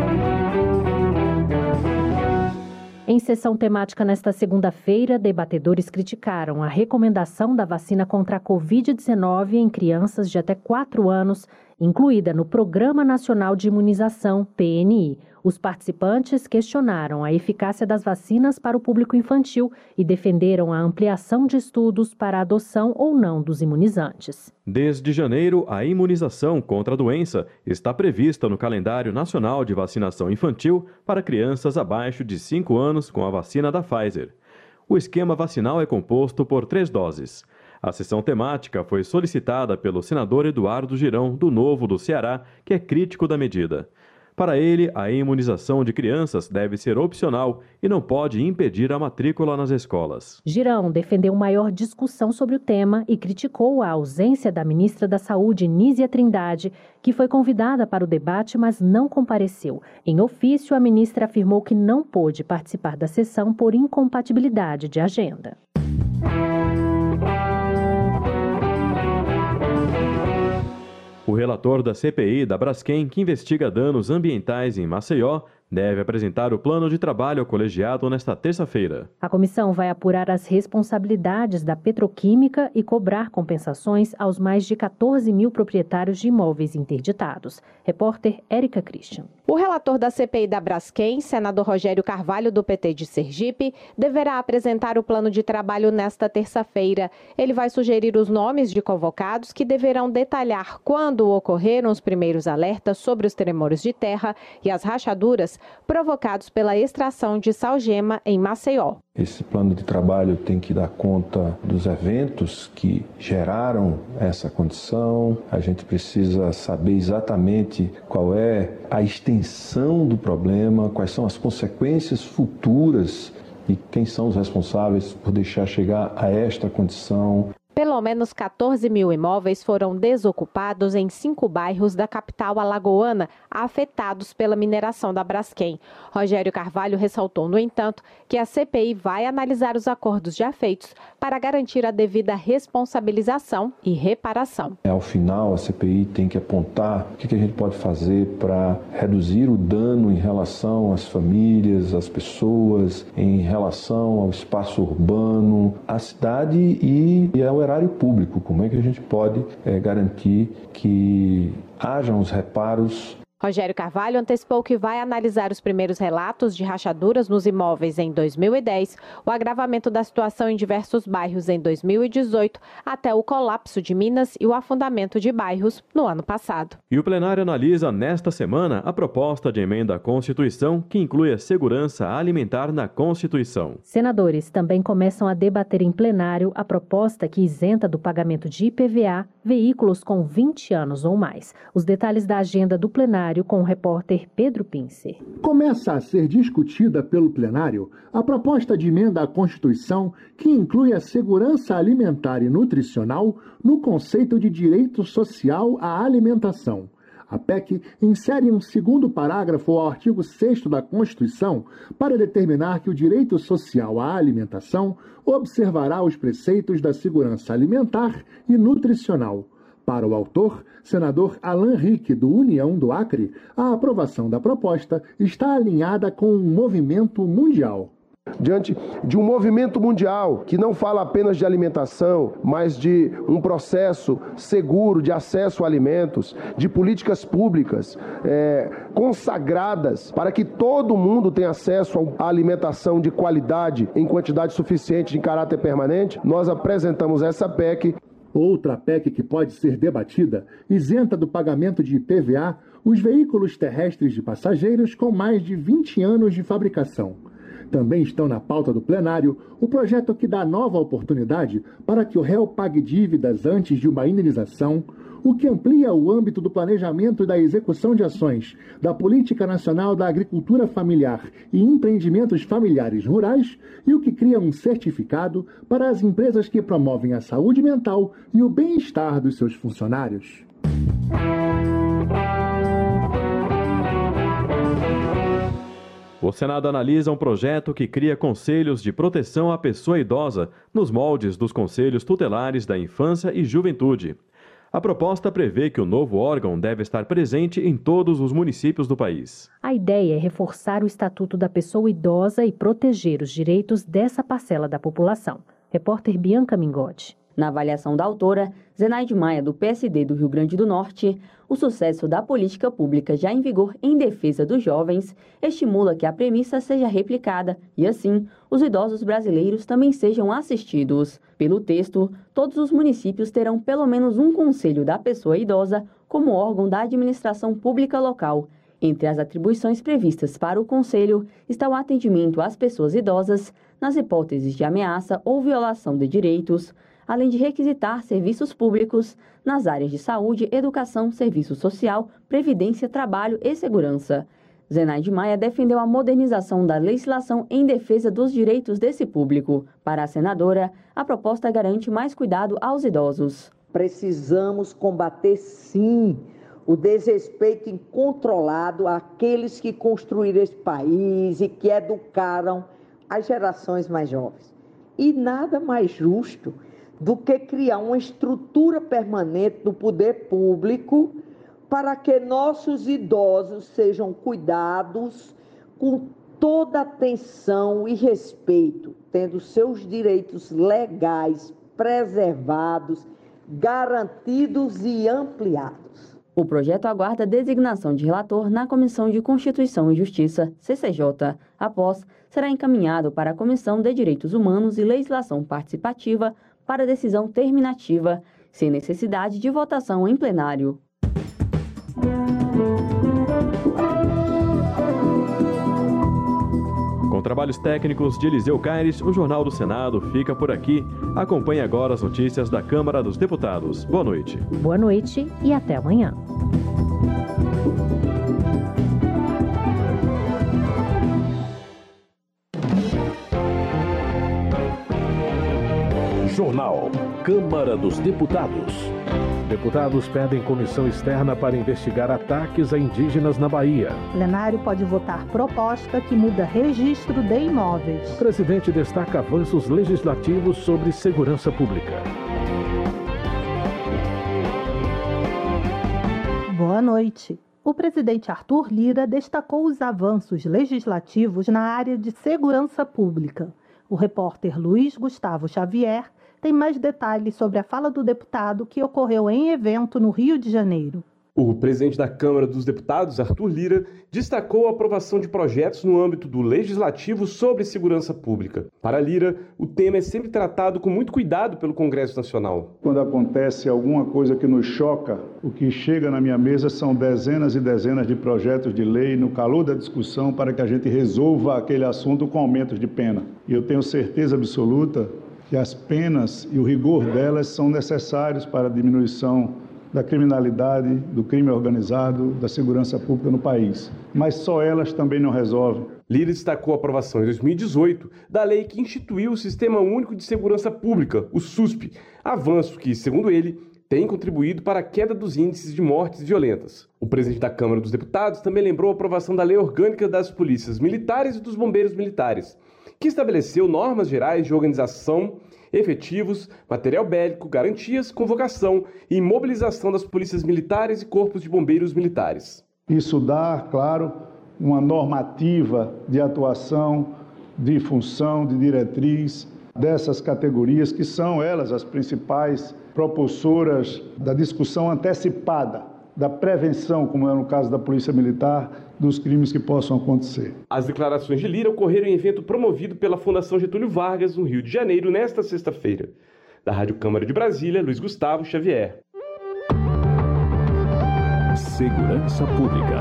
Em sessão temática nesta segunda-feira, debatedores criticaram a recomendação da vacina contra a Covid-19 em crianças de até 4 anos, incluída no Programa Nacional de Imunização, PNI. Os participantes questionaram a eficácia das vacinas para o público infantil e defenderam a ampliação de estudos para a adoção ou não dos imunizantes. Desde janeiro, a imunização contra a doença está prevista no calendário nacional de vacinação infantil para crianças abaixo de 5 anos com a vacina da Pfizer. O esquema vacinal é composto por 3 doses. A sessão temática foi solicitada pelo senador Eduardo Girão, do Novo do Ceará, que é crítico da medida. Para ele, a imunização de crianças deve ser opcional e não pode impedir a matrícula nas escolas. Girão defendeu maior discussão sobre o tema e criticou a ausência da ministra da Saúde, Nízia Trindade, que foi convidada para o debate, mas não compareceu. Em ofício, a ministra afirmou que não pôde participar da sessão por incompatibilidade de agenda. O relator da CPI da Braskem, que investiga danos ambientais em Maceió, deve apresentar o plano de trabalho ao colegiado nesta terça-feira. A comissão vai apurar as responsabilidades da petroquímica e cobrar compensações aos mais de 14 mil proprietários de imóveis interditados. Repórter Érica Christian. O relator da CPI da Braskem, senador Rogério Carvalho, do PT de Sergipe, deverá apresentar o plano de trabalho nesta terça-feira. Ele vai sugerir os nomes de convocados que deverão detalhar quando ocorreram os primeiros alertas sobre os tremores de terra e as rachaduras provocados pela extração de salgema em Maceió. Esse plano de trabalho tem que dar conta dos eventos que geraram essa condição. A gente precisa saber exatamente qual é a extensão do problema, quais são as consequências futuras e quem são os responsáveis por deixar chegar a esta condição. Pelo menos 14 mil imóveis foram desocupados em 5 bairros da capital alagoana, afetados pela mineração da Braskem. Rogério Carvalho ressaltou, no entanto, que a CPI vai analisar os acordos já feitos para garantir a devida responsabilização e reparação. Ao final, a CPI tem que apontar o que a gente pode fazer para reduzir o dano em relação às famílias, às pessoas, em relação ao espaço urbano, à cidade e ao erário público. Como é que a gente pode garantir que hajam os reparos? Rogério Carvalho antecipou que vai analisar os primeiros relatos de rachaduras nos imóveis em 2010, o agravamento da situação em diversos bairros em 2018, até o colapso de minas e o afundamento de bairros no ano passado. E o plenário analisa nesta semana a proposta de emenda à Constituição que inclui a segurança alimentar na Constituição. Senadores também começam a debater em plenário a proposta que isenta do pagamento de IPVA veículos com 20 anos ou mais. Os detalhes da agenda do plenário com o repórter Pedro Pincer. Começa a ser discutida pelo plenário a proposta de emenda à Constituição que inclui a segurança alimentar e nutricional no conceito de direito social à alimentação. A PEC insere um segundo parágrafo ao artigo 6º da Constituição para determinar que o direito social à alimentação observará os preceitos da segurança alimentar e nutricional. Para o autor, senador Alan Rick, do União do Acre, a aprovação da proposta está alinhada com um movimento mundial. Diante de um movimento mundial que não fala apenas de alimentação, mas de um processo seguro de acesso a alimentos, de políticas públicas consagradas para que todo mundo tenha acesso à alimentação de qualidade em quantidade suficiente, em caráter permanente, nós apresentamos essa PEC. Outra PEC que pode ser debatida isenta do pagamento de IPVA os veículos terrestres de passageiros com mais de 20 anos de fabricação. Também estão na pauta do plenário o projeto que dá nova oportunidade para que o réu pague dívidas antes de uma indenização, o que amplia o âmbito do planejamento e da execução de ações da Política Nacional da Agricultura Familiar e Empreendimentos Familiares Rurais e o que cria um certificado para as empresas que promovem a saúde mental e o bem-estar dos seus funcionários. O Senado analisa um projeto que cria conselhos de proteção à pessoa idosa nos moldes dos conselhos tutelares da infância e juventude. A proposta prevê que o novo órgão deve estar presente em todos os municípios do país. A ideia é reforçar o Estatuto da Pessoa Idosa e proteger os direitos dessa parcela da população. Repórter Bianca Mingotti. Na avaliação da autora, Zenaide Maia, do PSD do Rio Grande do Norte, o sucesso da política pública já em vigor em defesa dos jovens estimula que a premissa seja replicada e, assim, os idosos brasileiros também sejam assistidos. Pelo texto, todos os municípios terão pelo menos um conselho da pessoa idosa como órgão da administração pública local. Entre as atribuições previstas para o conselho está o atendimento às pessoas idosas nas hipóteses de ameaça ou violação de direitos, além de requisitar serviços públicos nas áreas de saúde, educação, serviço social, previdência, trabalho e segurança. Zenaide Maia defendeu a modernização da legislação em defesa dos direitos desse público. Para a senadora, a proposta garante mais cuidado aos idosos. Precisamos combater, sim, o desrespeito incontrolado àqueles que construíram esse país e que educaram as gerações mais jovens. E nada mais justo do que criar uma estrutura permanente do poder público para que nossos idosos sejam cuidados com toda atenção e respeito, tendo seus direitos legais preservados, garantidos e ampliados. O projeto aguarda a designação de relator na Comissão de Constituição e Justiça, CCJ. Após, será encaminhado para a Comissão de Direitos Humanos e Legislação Participativa para decisão terminativa, sem necessidade de votação em plenário. Com trabalhos técnicos de Eliseu Caires, o Jornal do Senado fica por aqui. Acompanhe agora as notícias da Câmara dos Deputados. Boa noite. Boa noite e até amanhã. Jornal Câmara dos Deputados. Deputados pedem comissão externa para investigar ataques a indígenas na Bahia. O plenário pode votar proposta que muda registro de imóveis. O presidente destaca avanços legislativos sobre segurança pública. Boa noite. O presidente Arthur Lira destacou os avanços legislativos na área de segurança pública. O repórter Luiz Gustavo Xavier tem mais detalhes sobre a fala do deputado que ocorreu em evento no Rio de Janeiro. O presidente da Câmara dos Deputados, Arthur Lira, destacou a aprovação de projetos no âmbito do Legislativo sobre segurança pública. Para Lira, o tema é sempre tratado com muito cuidado pelo Congresso Nacional. Quando acontece alguma coisa que nos choca, o que chega na minha mesa são dezenas e dezenas de projetos de lei no calor da discussão para que a gente resolva aquele assunto com aumentos de pena. E eu tenho certeza absoluta que as penas e o rigor delas são necessários para a diminuição da criminalidade, do crime organizado, da segurança pública no país. Mas só elas também não resolvem. Lira destacou a aprovação em 2018 da lei que instituiu o Sistema Único de Segurança Pública, o SUSP, avanço que, segundo ele, tem contribuído para a queda dos índices de mortes violentas. O presidente da Câmara dos Deputados também lembrou a aprovação da Lei Orgânica das Polícias Militares e dos Bombeiros Militares, que estabeleceu normas gerais de organização, efetivos, material bélico, garantias, convocação e mobilização das polícias militares e corpos de bombeiros militares. Isso dá, claro, uma normativa de atuação, de função, de diretriz dessas categorias, que são elas as principais propulsoras da discussão antecipada, da prevenção, como é no caso da Polícia Militar, dos crimes que possam acontecer. As declarações de Lira ocorreram em evento promovido pela Fundação Getúlio Vargas, no Rio de Janeiro, nesta sexta-feira. Da Rádio Câmara de Brasília, Luiz Gustavo Xavier. Segurança Pública.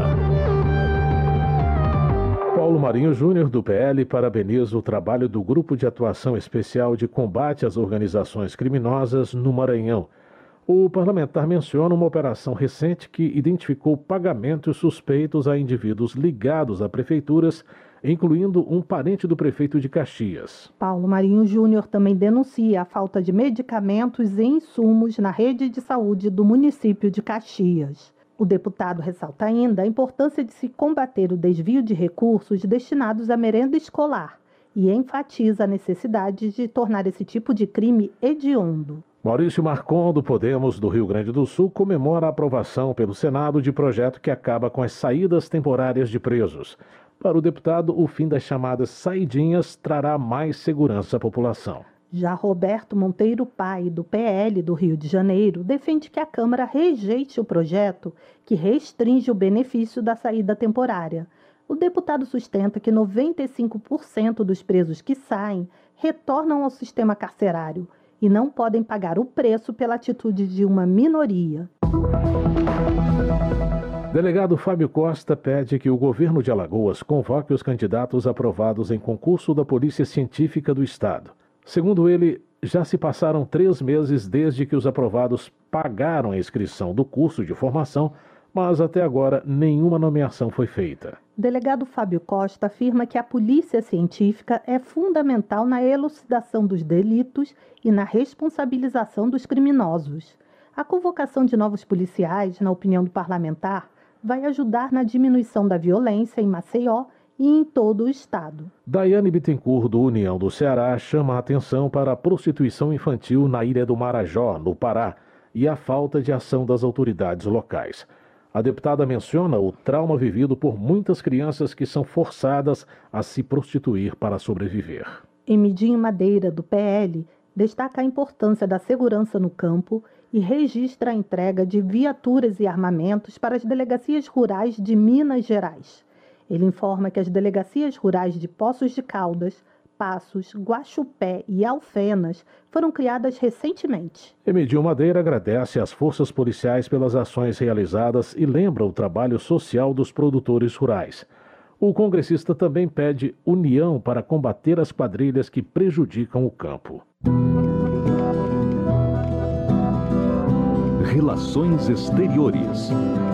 Paulo Marinho Júnior, do PL, parabeniza o trabalho do Grupo de Atuação Especial de Combate às Organizações Criminosas no Maranhão. O parlamentar menciona uma operação recente que identificou pagamentos suspeitos a indivíduos ligados a prefeituras, incluindo um parente do prefeito de Caxias. Paulo Marinho Júnior também denuncia a falta de medicamentos e insumos na rede de saúde do município de Caxias. O deputado ressalta ainda a importância de se combater o desvio de recursos destinados à merenda escolar e enfatiza a necessidade de tornar esse tipo de crime hediondo. Maurício Marcon, do Podemos do Rio Grande do Sul, comemora a aprovação pelo Senado de projeto que acaba com as saídas temporárias de presos. Para o deputado, o fim das chamadas saidinhas trará mais segurança à população. Já Roberto Monteiro Pai, do PL do Rio de Janeiro, defende que a Câmara rejeite o projeto que restringe o benefício da saída temporária. O deputado sustenta que 95% dos presos que saem retornam ao sistema carcerário e não podem pagar o preço pela atitude de uma minoria. Delegado Fábio Costa pede que o governo de Alagoas convoque os candidatos aprovados em concurso da Polícia Científica do Estado. Segundo ele, já se passaram 3 meses desde que os aprovados pagaram a inscrição do curso de formação, mas até agora nenhuma nomeação foi feita. Delegado Fábio Costa afirma que a polícia científica é fundamental na elucidação dos delitos e na responsabilização dos criminosos. A convocação de novos policiais, na opinião do parlamentar, vai ajudar na diminuição da violência em Maceió e e em todo o estado. Daiane Bittencourt, do União do Ceará, chama a atenção para a prostituição infantil na Ilha do Marajó, no Pará, e a falta de ação das autoridades locais. A deputada menciona o trauma vivido por muitas crianças que são forçadas a se prostituir para sobreviver. Emidinho Madeira, do PL, destaca a importância da segurança no campo e registra a entrega de viaturas e armamentos para as delegacias rurais de Minas Gerais. Ele informa que as delegacias rurais de Poços de Caldas, Passos, Guaxupé e Alfenas foram criadas recentemente. Emidinho Madeira agradece às forças policiais pelas ações realizadas e lembra o trabalho social dos produtores rurais. O congressista também pede união para combater as quadrilhas que prejudicam o campo. Relações Exteriores.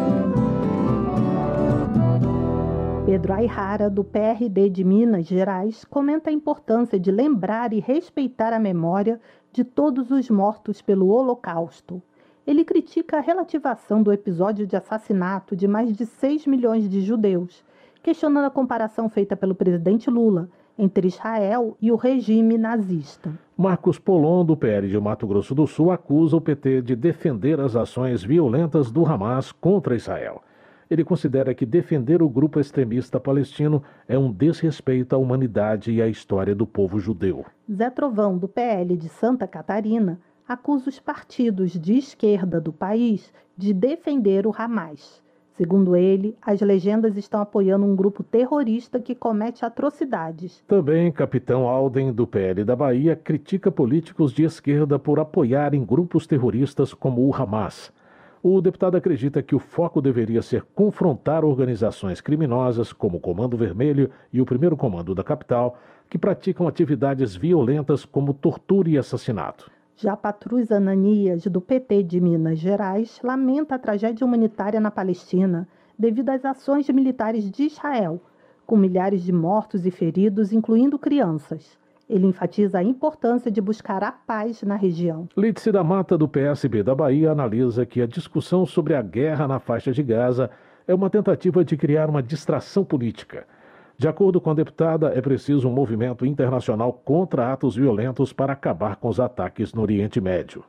Pedro Ayrara, do PRD de Minas Gerais, comenta a importância de lembrar e respeitar a memória de todos os mortos pelo Holocausto. Ele critica a relativação do episódio de assassinato de mais de 6 milhões de judeus, questionando a comparação feita pelo presidente Lula entre Israel e o regime nazista. Marcos Polon, do PL de Mato Grosso do Sul, acusa o PT de defender as ações violentas do Hamas contra Israel. Ele considera que defender o grupo extremista palestino é um desrespeito à humanidade e à história do povo judeu. Zé Trovão, do PL de Santa Catarina, acusa os partidos de esquerda do país de defender o Hamas. Segundo ele, as legendas estão apoiando um grupo terrorista que comete atrocidades. Também Capitão Alden, do PL da Bahia, critica políticos de esquerda por apoiarem grupos terroristas como o Hamas. O deputado acredita que o foco deveria ser confrontar organizações criminosas como o Comando Vermelho e o Primeiro Comando da Capital, que praticam atividades violentas como tortura e assassinato. Já Patrus Ananias, do PT de Minas Gerais, lamenta a tragédia humanitária na Palestina devido às ações militares de Israel, com milhares de mortos e feridos, incluindo crianças. Ele enfatiza a importância de buscar a paz na região. Lídice da Mata, do PSB da Bahia, analisa que a discussão sobre a guerra na faixa de Gaza é uma tentativa de criar uma distração política. De acordo com a deputada, é preciso um movimento internacional contra atos violentos para acabar com os ataques no Oriente Médio.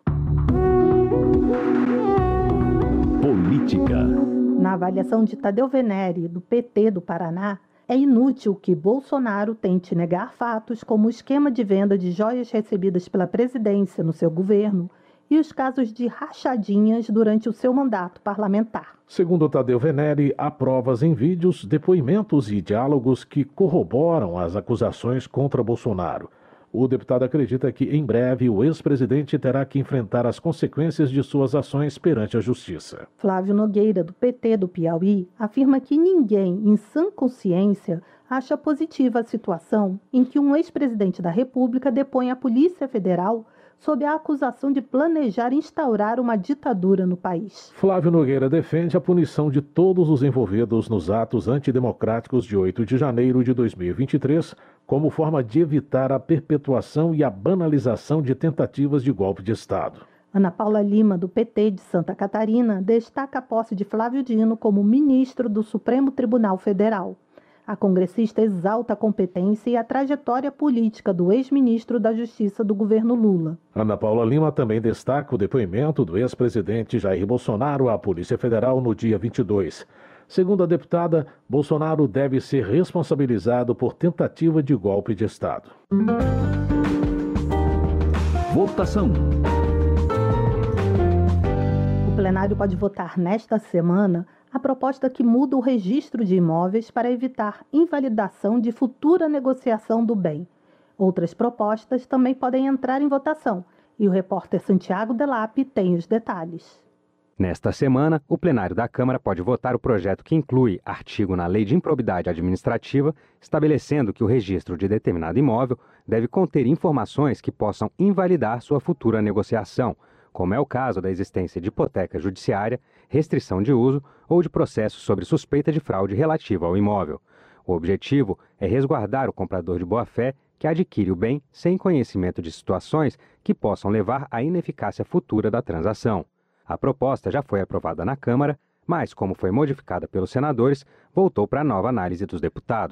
Política. Na avaliação de Tadeu Venere, do PT do Paraná, é inútil que Bolsonaro tente negar fatos como o esquema de venda de joias recebidas pela presidência no seu governo e os casos de rachadinhas durante o seu mandato parlamentar. Segundo Tadeu Venere, há provas em vídeos, depoimentos e diálogos que corroboram as acusações contra Bolsonaro. O deputado acredita que, em breve, o ex-presidente terá que enfrentar as consequências de suas ações perante a justiça. Flávio Nogueira, do PT do Piauí, afirma que ninguém, em sã consciência, acha positiva a situação em que um ex-presidente da República depõe à Polícia Federal sob a acusação de planejar instaurar uma ditadura no país. Flávio Nogueira defende a punição de todos os envolvidos nos atos antidemocráticos de 8 de janeiro de 2023, como forma de evitar a perpetuação e a banalização de tentativas de golpe de Estado. Ana Paula Lima, do PT de Santa Catarina, destaca a posse de Flávio Dino como ministro do Supremo Tribunal Federal. A congressista exalta a competência e a trajetória política do ex-ministro da Justiça do governo Lula. Ana Paula Lima também destaca o depoimento do ex-presidente Jair Bolsonaro à Polícia Federal no dia 22. Segundo a deputada, Bolsonaro deve ser responsabilizado por tentativa de golpe de Estado. Votação. O plenário pode votar nesta semana a proposta que muda o registro de imóveis para evitar invalidação de futura negociação do bem. Outras propostas também podem entrar em votação, e o repórter Santiago Delap tem os detalhes. Nesta semana, o plenário da Câmara pode votar o projeto que inclui artigo na Lei de Improbidade Administrativa, estabelecendo que o registro de determinado imóvel deve conter informações que possam invalidar sua futura negociação, como é o caso da existência de hipoteca judiciária, restrição de uso ou de processo sobre suspeita de fraude relativa ao imóvel. O objetivo é resguardar o comprador de boa-fé que adquire o bem sem conhecimento de situações que possam levar à ineficácia futura da transação. A proposta já foi aprovada na Câmara, mas, como foi modificada pelos senadores, voltou para nova análise dos deputados.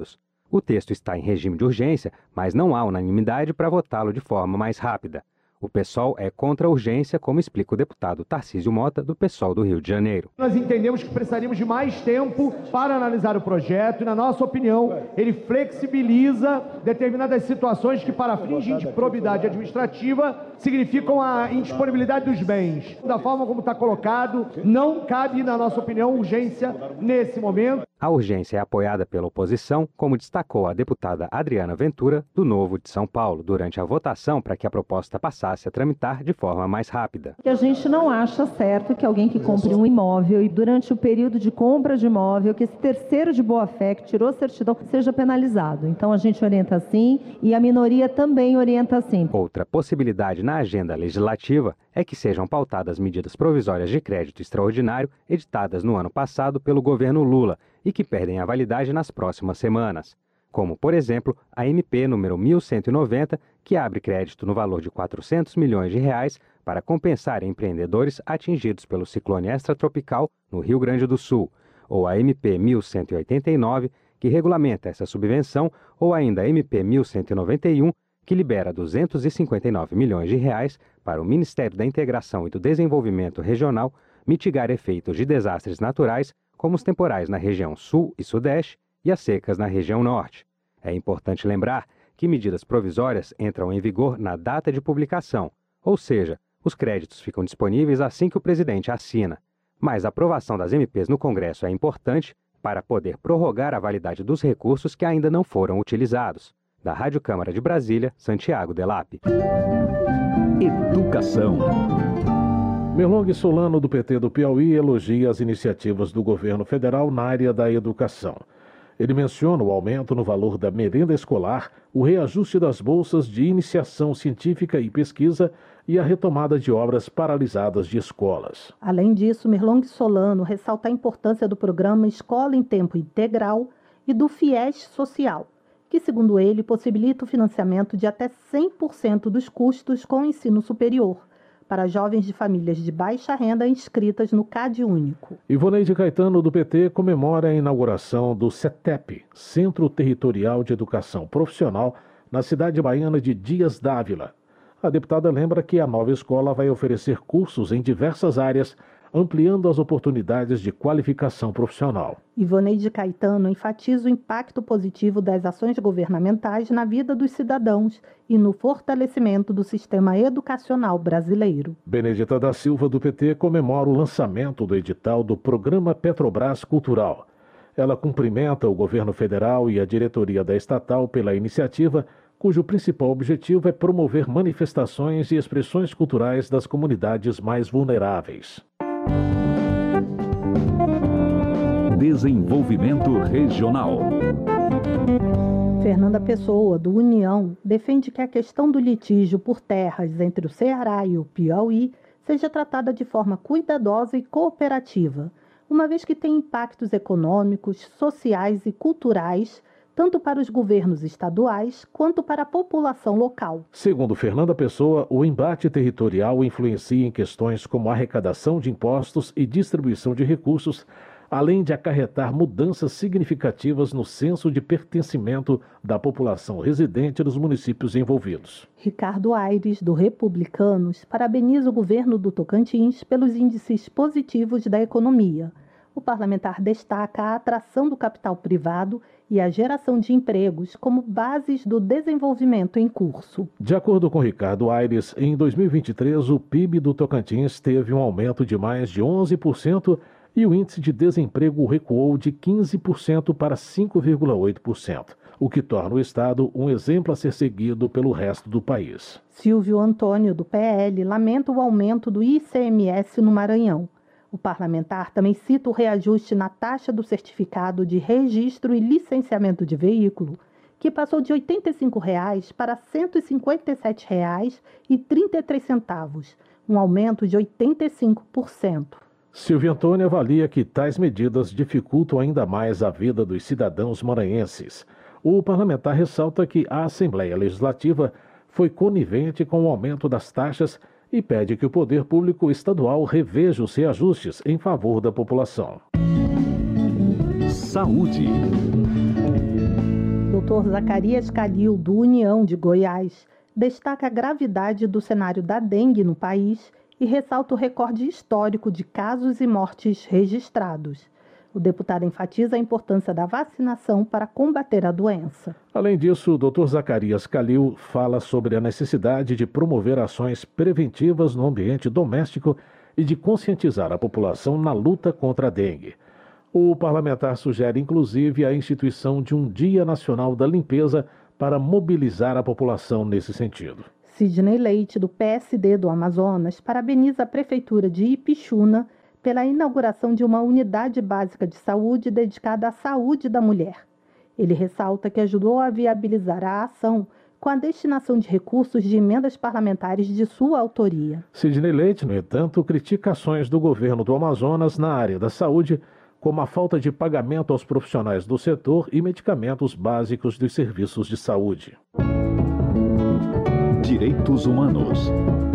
O texto está em regime de urgência, mas não há unanimidade para votá-lo de forma mais rápida. O PSOL é contra a urgência, como explica o deputado Tarcísio Mota, do PSOL do Rio de Janeiro. Nós entendemos que precisaríamos de mais tempo para analisar o projeto e, na nossa opinião, ele flexibiliza determinadas situações que, para fins de improbidade administrativa, significam a indisponibilidade dos bens. Da forma como está colocado, não cabe, na nossa opinião, urgência nesse momento. A urgência é apoiada pela oposição, como destacou a deputada Adriana Ventura, do Novo de São Paulo, durante a votação para que a proposta passasse a tramitar de forma mais rápida. A gente não acha certo que alguém que compre um imóvel e durante o período de compra de imóvel, que esse terceiro de boa-fé que tirou a certidão, seja penalizado. Então a gente orienta assim e a minoria também orienta assim. Outra possibilidade na agenda legislativa é que sejam pautadas medidas provisórias de crédito extraordinário editadas no ano passado pelo governo Lula e que perdem a validade nas próximas semanas, como, por exemplo, a MP número 1190, que abre crédito no valor de R$400 milhões para compensar empreendedores atingidos pelo ciclone extratropical no Rio Grande do Sul, ou a MP 1189, que regulamenta essa subvenção, ou ainda a MP 1191, que libera R$259 milhões para o Ministério da Integração e do Desenvolvimento Regional mitigar efeitos de desastres naturais, como os temporais na região sul e sudeste e as secas na região norte. É importante lembrar que medidas provisórias entram em vigor na data de publicação, ou seja, os créditos ficam disponíveis assim que o presidente assina. Mas a aprovação das MPs no Congresso é importante para poder prorrogar a validade dos recursos que ainda não foram utilizados. Da Rádio Câmara de Brasília, Santiago Delap. Educação. Merlong Solano, do PT do Piauí, elogia as iniciativas do governo federal na área da educação. Ele menciona o aumento no valor da merenda escolar, o reajuste das bolsas de iniciação científica e pesquisa e a retomada de obras paralisadas de escolas. Além disso, Merlong Solano ressalta a importância do programa Escola em Tempo Integral e do FIES Social, que, segundo ele, possibilita o financiamento de até 100% dos custos com o ensino superior para jovens de famílias de baixa renda inscritas no CAD Único. Ivoneide Caetano, do PT, comemora a inauguração do CETEP, Centro Territorial de Educação Profissional, na cidade baiana de Dias Dávila. A deputada lembra que a nova escola vai oferecer cursos em diversas áreas, ampliando as oportunidades de qualificação profissional. Ivoneide Caetano enfatiza o impacto positivo das ações governamentais na vida dos cidadãos e no fortalecimento do sistema educacional brasileiro. Benedita da Silva, do PT, comemora o lançamento do edital do Programa Petrobras Cultural. Ela cumprimenta o governo federal e a diretoria da estatal pela iniciativa, cujo principal objetivo é promover manifestações e expressões culturais das comunidades mais vulneráveis. Desenvolvimento regional. Fernanda Pessoa, do União, defende que a questão do litígio por terras entre o Ceará e o Piauí seja tratada de forma cuidadosa e cooperativa, uma vez que tem impactos econômicos, sociais e culturais, tanto para os governos estaduais quanto para a população local. Segundo Fernanda Pessoa, o embate territorial influencia em questões como arrecadação de impostos e distribuição de recursos, além de acarretar mudanças significativas no senso de pertencimento da população residente dos municípios envolvidos. Ricardo Aires, do Republicanos, parabeniza o governo do Tocantins pelos índices positivos da economia. O parlamentar destaca a atração do capital privado e a geração de empregos como bases do desenvolvimento em curso. De acordo com Ricardo Aires, em 2023 o PIB do Tocantins teve um aumento de mais de 11% e o índice de desemprego recuou de 15% para 5,8%, o que torna o estado um exemplo a ser seguido pelo resto do país. Silvio Antônio, do PL, lamenta o aumento do ICMS no Maranhão. O parlamentar também cita o reajuste na taxa do certificado de registro e licenciamento de veículo, que passou de R$ 85,00 para R$ 157,33, um aumento de 85%. Silvio Antônio avalia que tais medidas dificultam ainda mais a vida dos cidadãos maranhenses. O parlamentar ressalta que a Assembleia Legislativa foi conivente com o aumento das taxas e pede que o poder público estadual reveja os reajustes em favor da população. Saúde. Dr. Zacarias Calil, do União de Goiás, destaca a gravidade do cenário da dengue no país e ressalta o recorde histórico de casos e mortes registrados. O deputado enfatiza a importância da vacinação para combater a doença. Além disso, o Dr. Zacarias Calil fala sobre a necessidade de promover ações preventivas no ambiente doméstico e de conscientizar a população na luta contra a dengue. O parlamentar sugere, inclusive, a instituição de um Dia Nacional da Limpeza para mobilizar a população nesse sentido. Sidney Leite, do PSD do Amazonas, parabeniza a Prefeitura de Ipixuna pela inauguração de uma unidade básica de saúde dedicada à saúde da mulher. Ele ressalta que ajudou a viabilizar a ação com a destinação de recursos de emendas parlamentares de sua autoria. Sidney Leite, no entanto, critica ações do governo do Amazonas na área da saúde, como a falta de pagamento aos profissionais do setor e medicamentos básicos dos serviços de saúde. Direitos Humanos.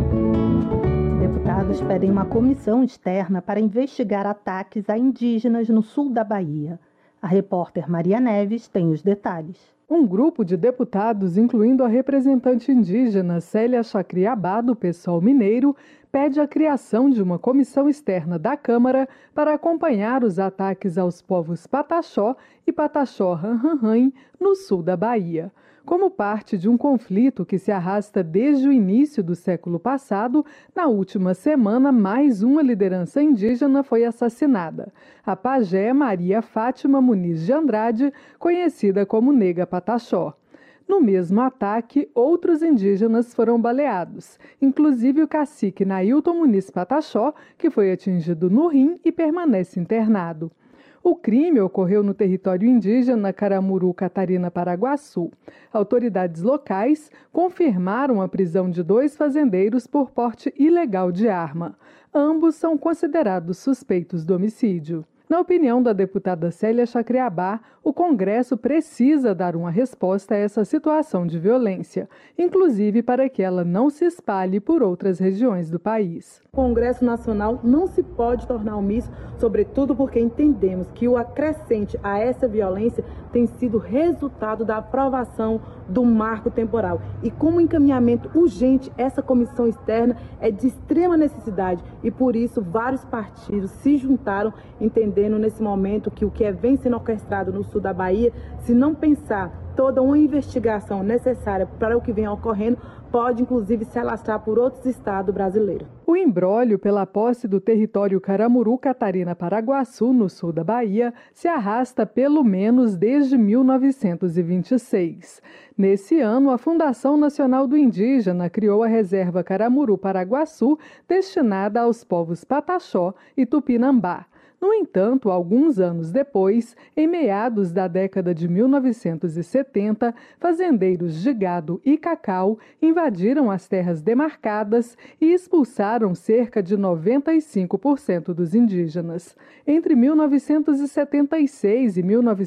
Deputados pedem uma comissão externa para investigar ataques a indígenas no sul da Bahia. A repórter Maria Neves tem os detalhes. Um grupo de deputados, incluindo a representante indígena Célia Chacriabá, do PSOL mineiro, pede a criação de uma comissão externa da Câmara para acompanhar os ataques aos povos Pataxó e Pataxó-Ranranrãe, no sul da Bahia. Como parte de um conflito que se arrasta desde o início do século passado, na última semana, mais uma liderança indígena foi assassinada. A pajé Maria Fátima Muniz de Andrade, conhecida como Nega Pataxó. No mesmo ataque, outros indígenas foram baleados, inclusive o cacique Nailton Muniz Pataxó, que foi atingido no rim e permanece internado. O crime ocorreu no território indígena Caramuru Catarina Paraguaçu. Autoridades locais confirmaram a prisão de 2 fazendeiros por porte ilegal de arma. Ambos são considerados suspeitos do homicídio. Na opinião da deputada Célia Chacriabá, o Congresso precisa dar uma resposta a essa situação de violência, inclusive para que ela não se espalhe por outras regiões do país. O Congresso Nacional não se pode tornar omisso, sobretudo porque entendemos que o acrescente a essa violência tem sido resultado da aprovação do marco temporal. E como encaminhamento urgente, essa comissão externa é de extrema necessidade e por isso vários partidos se juntaram, entendendo nesse momento que o que vem sendo orquestrado no sul da Bahia, se não pensar toda uma investigação necessária para o que vem ocorrendo, pode inclusive se alastrar por outros estados brasileiros. O imbróglio pela posse do território Caramuru Catarina Paraguaçu, no sul da Bahia, se arrasta pelo menos desde 1926. Nesse ano, a Fundação Nacional do Indígena criou a Reserva Caramuru Paraguaçu, destinada aos povos Pataxó e Tupinambá. No entanto, alguns anos depois, em meados da década de 1970, fazendeiros de gado e cacau invadiram as terras demarcadas e expulsaram cerca de 95% dos indígenas. Entre 1976 e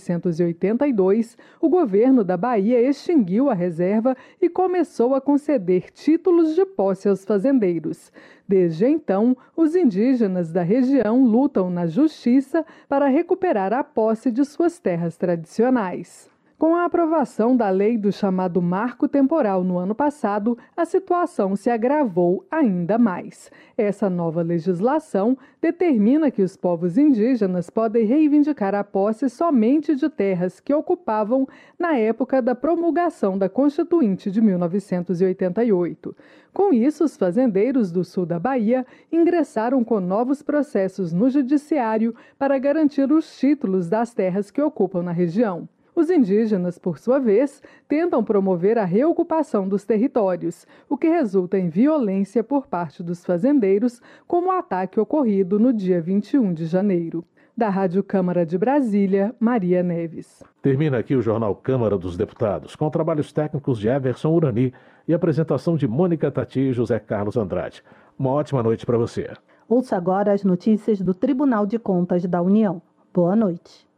1982, o governo da Bahia extinguiu a reserva e começou a conceder títulos de posse aos fazendeiros. Desde então, os indígenas da região lutam na justiça para recuperar a posse de suas terras tradicionais. Com a aprovação da lei do chamado Marco Temporal no ano passado, a situação se agravou ainda mais. Essa nova legislação determina que os povos indígenas podem reivindicar a posse somente de terras que ocupavam na época da promulgação da Constituinte de 1988. Com isso, os fazendeiros do sul da Bahia ingressaram com novos processos no judiciário para garantir os títulos das terras que ocupam na região. Os indígenas, por sua vez, tentam promover a reocupação dos territórios, o que resulta em violência por parte dos fazendeiros, como o ataque ocorrido no dia 21 de janeiro. Da Rádio Câmara de Brasília, Maria Neves. Termina aqui o Jornal Câmara dos Deputados, com trabalhos técnicos de Everson Urani e apresentação de Mônica Tati e José Carlos Andrade. Uma ótima noite para você. Ouça agora as notícias do Tribunal de Contas da União. Boa noite.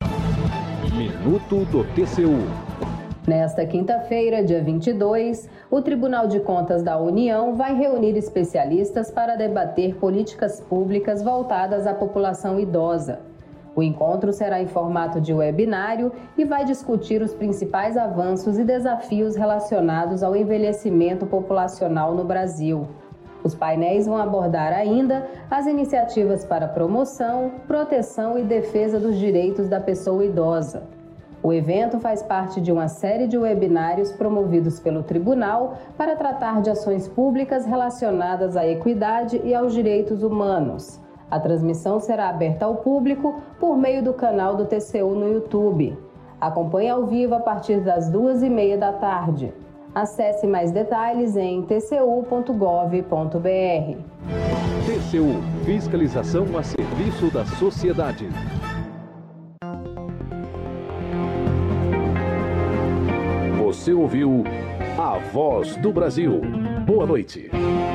Minuto do TCU. Nesta quinta-feira, dia 22, o Tribunal de Contas da União vai reunir especialistas para debater políticas públicas voltadas à população idosa. O encontro será em formato de webinário e vai discutir os principais avanços e desafios relacionados ao envelhecimento populacional no Brasil. Os painéis vão abordar ainda as iniciativas para promoção, proteção e defesa dos direitos da pessoa idosa. O evento faz parte de uma série de webinários promovidos pelo Tribunal para tratar de ações públicas relacionadas à equidade e aos direitos humanos. A transmissão será aberta ao público por meio do canal do TCU no YouTube. Acompanhe ao vivo a partir das 2h30 da tarde. Acesse mais detalhes em tcu.gov.br. TCU – Fiscalização a serviço da sociedade. Você ouviu A Voz do Brasil. Boa noite.